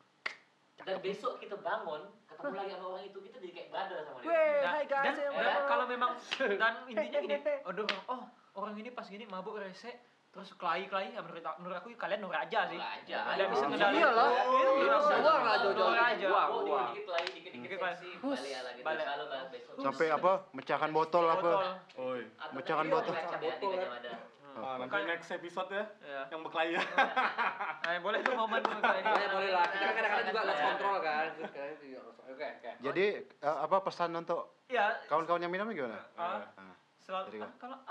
[SPEAKER 2] Dan besok kita bangun ketemu lagi sama orang itu kita jadi kayak brother sama dia
[SPEAKER 4] Weh,
[SPEAKER 3] Nah,
[SPEAKER 4] hai guys.
[SPEAKER 3] dan,
[SPEAKER 4] saya
[SPEAKER 3] dan
[SPEAKER 4] mau-
[SPEAKER 3] kalau memang dan intinya gini, oh, oh orang ini pas gini mabuk rese terus kelahi-kelahi ya menurut menurut aku kalian norak aja sih.
[SPEAKER 2] Norak aja.
[SPEAKER 3] Nggak bisa
[SPEAKER 6] Ah,
[SPEAKER 3] ngendaliin.
[SPEAKER 4] iyalah.
[SPEAKER 3] Iya,
[SPEAKER 4] Iya,
[SPEAKER 3] menurut aku.
[SPEAKER 4] buang lah jauh-jauh.
[SPEAKER 3] Norak aja.
[SPEAKER 4] Buang,
[SPEAKER 2] oh
[SPEAKER 4] buang.
[SPEAKER 2] dikit-dikit lagi dikit-dikit
[SPEAKER 3] Dikit lagi.
[SPEAKER 2] seksi
[SPEAKER 4] Hus,
[SPEAKER 2] balik lagi
[SPEAKER 3] balik.
[SPEAKER 2] selalu bahas besok
[SPEAKER 6] Sampai apa mecahkan botol apa
[SPEAKER 3] Botol.
[SPEAKER 5] Oi.
[SPEAKER 2] Atau
[SPEAKER 6] Mecahan
[SPEAKER 2] tadi
[SPEAKER 6] botol.
[SPEAKER 2] ngacak ya di gajah mada
[SPEAKER 5] Ah, nanti
[SPEAKER 3] Makanya-
[SPEAKER 5] next episode ya
[SPEAKER 3] Ya.
[SPEAKER 5] yang berkelahi ya.
[SPEAKER 3] Nah, boleh tuh momen kayak ini.
[SPEAKER 4] Boleh, boleh lah. Kita kan kadang-kadang juga lost control kan. Kadang-kadang juga lost- Oke, oke.
[SPEAKER 6] jadi eh, apa pesan untuk
[SPEAKER 3] Ya,
[SPEAKER 6] kawan-kawan yang minum gimana?
[SPEAKER 3] ah,
[SPEAKER 6] Ah,
[SPEAKER 3] selalu
[SPEAKER 6] Jadi,
[SPEAKER 3] ah, kalau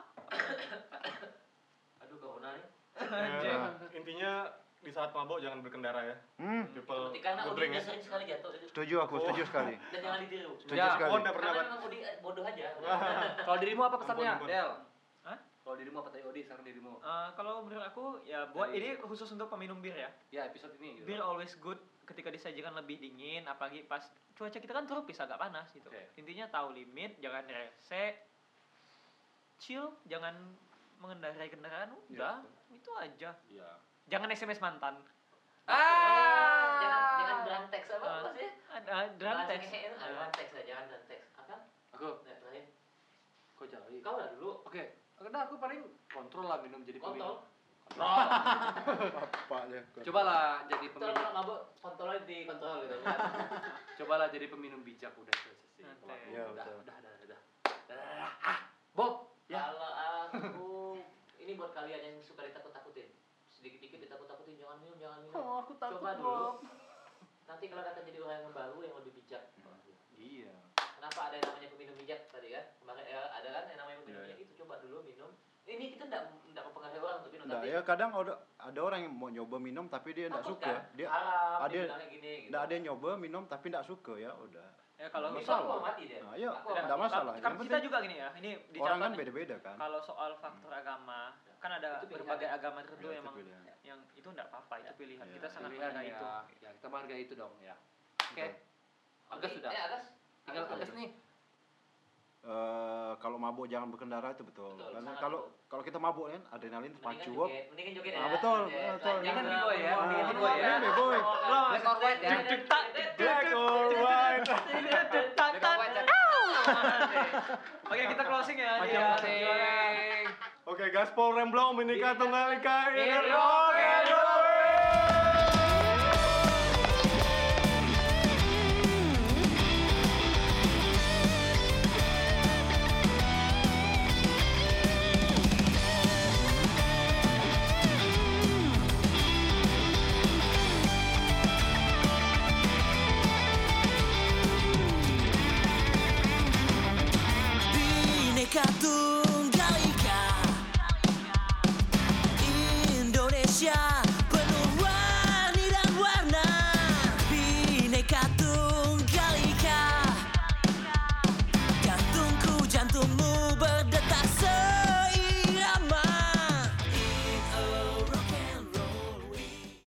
[SPEAKER 2] aduh corona nih
[SPEAKER 3] anjing.
[SPEAKER 5] Ya, intinya di saat mabok jangan berkendara ya.
[SPEAKER 6] hmm,
[SPEAKER 5] People
[SPEAKER 2] seperti karena
[SPEAKER 5] good
[SPEAKER 2] Odi
[SPEAKER 5] drink
[SPEAKER 2] udah
[SPEAKER 5] ya.
[SPEAKER 2] sering sekali jatuh itu.
[SPEAKER 6] setuju aku setuju sekali
[SPEAKER 2] Dan jangan ditiru
[SPEAKER 6] setuju
[SPEAKER 4] Ya,
[SPEAKER 6] sekali
[SPEAKER 5] Oh, udah pernah
[SPEAKER 2] karena
[SPEAKER 5] Bat?
[SPEAKER 2] memang Odi eh, bodoh aja
[SPEAKER 4] Kalau dirimu apa pesannya,
[SPEAKER 5] Ampun, ampun.
[SPEAKER 4] Del?
[SPEAKER 3] Hah?
[SPEAKER 4] Kalau dirimu apa tadi Odi sekarang dirimu?
[SPEAKER 3] Eh, kalau menurut aku ya buat ini khusus untuk peminum bir ya.
[SPEAKER 4] Ya, episode ini gitu.
[SPEAKER 3] Bir always good ketika disajikan lebih dingin, apalagi pas cuaca kita kan tropis agak panas gitu.
[SPEAKER 4] Oke.
[SPEAKER 3] Intinya tahu limit, jangan rese, chill, jangan mengendarai kendaraan, udah itu aja.
[SPEAKER 4] Iya.
[SPEAKER 3] Jangan S M S mantan.
[SPEAKER 2] jangan jangan berantek sama
[SPEAKER 3] Ah.
[SPEAKER 2] apa sih
[SPEAKER 3] Ada drum
[SPEAKER 2] Bahasa
[SPEAKER 3] text.
[SPEAKER 2] ngehe itu apa? Jangan teks lah, jangan dan teks. Apa?
[SPEAKER 4] Aku,
[SPEAKER 2] Nah, terakhir.
[SPEAKER 4] kau cari.
[SPEAKER 2] Kau lah dulu.
[SPEAKER 4] Oke, karena aku paling kontrol lah minum jadi
[SPEAKER 2] Kontol.
[SPEAKER 4] peminum.
[SPEAKER 6] Apa aja.
[SPEAKER 4] Cobalah jadi
[SPEAKER 2] Kalau
[SPEAKER 4] peminum.
[SPEAKER 2] kalau mabuk kontrolnya di kontrol gitu.
[SPEAKER 4] Cobalah jadi peminum bijak udah itu aja sih.
[SPEAKER 3] Nanti.
[SPEAKER 4] Kalau aku,
[SPEAKER 6] Iya,
[SPEAKER 4] udah,
[SPEAKER 6] betul.
[SPEAKER 4] udah, udah, udah, udah. Ah, Bob. Ya.
[SPEAKER 2] Kalau aku ini buat kalian yang suka ditakut-takutin. Sedikit-dikit ditakut-takutin, jangan minum, jangan minum.
[SPEAKER 4] Oh, aku takut,
[SPEAKER 2] Coba dulu.
[SPEAKER 4] Bob.
[SPEAKER 2] Nanti kalau akan jadi orang yang baru yang lebih bijak.
[SPEAKER 4] Iya.
[SPEAKER 2] Kenapa ada yang namanya peminum bijak tadi kan? Kemarin ya, ada kan yang namanya peminum
[SPEAKER 6] Iya,
[SPEAKER 2] bijak itu coba dulu minum. Ini kita enggak enggak mempengaruhi orang untuk minum
[SPEAKER 6] Nggak,
[SPEAKER 2] tapi
[SPEAKER 6] ya kadang ada ada orang yang mau nyoba minum tapi dia enggak
[SPEAKER 2] takut
[SPEAKER 6] suka.
[SPEAKER 2] kan?
[SPEAKER 6] Dia
[SPEAKER 2] haram,
[SPEAKER 6] ada-
[SPEAKER 2] dia bilangnya gini gitu.
[SPEAKER 6] enggak ada yang nyoba minum tapi enggak suka ya udah.
[SPEAKER 3] Ya kalau
[SPEAKER 6] Nggak
[SPEAKER 2] Itu
[SPEAKER 3] misal
[SPEAKER 2] aku
[SPEAKER 6] masalah.
[SPEAKER 2] hormati dia.
[SPEAKER 6] Nah, iya,
[SPEAKER 2] Aku
[SPEAKER 6] enggak
[SPEAKER 2] hormati.
[SPEAKER 6] masalah.
[SPEAKER 3] kan
[SPEAKER 6] Yang
[SPEAKER 3] kita
[SPEAKER 6] penting
[SPEAKER 3] juga gini ya, ini
[SPEAKER 6] orang
[SPEAKER 3] dicatat
[SPEAKER 6] kan
[SPEAKER 3] nih.
[SPEAKER 6] beda-beda kan.
[SPEAKER 3] Kalau soal faktor agama, kan ada
[SPEAKER 2] Itu pilihan.
[SPEAKER 3] berbagai agama tertentu
[SPEAKER 6] Ya, itu
[SPEAKER 3] emang
[SPEAKER 6] pilihan.
[SPEAKER 3] yang itu enggak apa-apa, itu pilihan.
[SPEAKER 6] Ya,
[SPEAKER 3] Kita sangat
[SPEAKER 4] Pilihan
[SPEAKER 3] menghargai
[SPEAKER 4] ya.
[SPEAKER 3] itu.
[SPEAKER 4] Ya, kita menghargai itu dong ya. Oke.
[SPEAKER 2] Oke,
[SPEAKER 4] Agas sudah.
[SPEAKER 2] Eh, Agas.
[SPEAKER 4] Tinggal
[SPEAKER 2] Agas
[SPEAKER 4] Agas
[SPEAKER 2] sudah.
[SPEAKER 4] nih.
[SPEAKER 6] Eh, kalau mabuk jangan berkendara itu betul.
[SPEAKER 2] Betul,
[SPEAKER 6] Karena
[SPEAKER 2] sangat
[SPEAKER 6] kalau
[SPEAKER 2] betul.
[SPEAKER 6] kalau kita mabuk kan adrenalin
[SPEAKER 2] Mendingan
[SPEAKER 6] terpacu.
[SPEAKER 2] joget, mendingan joget ya.
[SPEAKER 6] Ah, betul,
[SPEAKER 2] Ya,
[SPEAKER 6] betul.
[SPEAKER 2] telanjang
[SPEAKER 3] Ini kan
[SPEAKER 2] lah,
[SPEAKER 3] B-boy ya,
[SPEAKER 2] ngomong.
[SPEAKER 3] ini kan
[SPEAKER 2] Ngomong.
[SPEAKER 3] B-boy ya.
[SPEAKER 6] Ini B-boy.
[SPEAKER 3] Belum.
[SPEAKER 4] Black or white ya.
[SPEAKER 3] Duk, tak,
[SPEAKER 6] Black or white.
[SPEAKER 4] Black or white ya.
[SPEAKER 3] Oke, kita closing ya.
[SPEAKER 4] Oke,
[SPEAKER 3] Dia-
[SPEAKER 4] closing.
[SPEAKER 5] Oke, gaspol remblong menikah tunggal ika.
[SPEAKER 3] Rock and roll.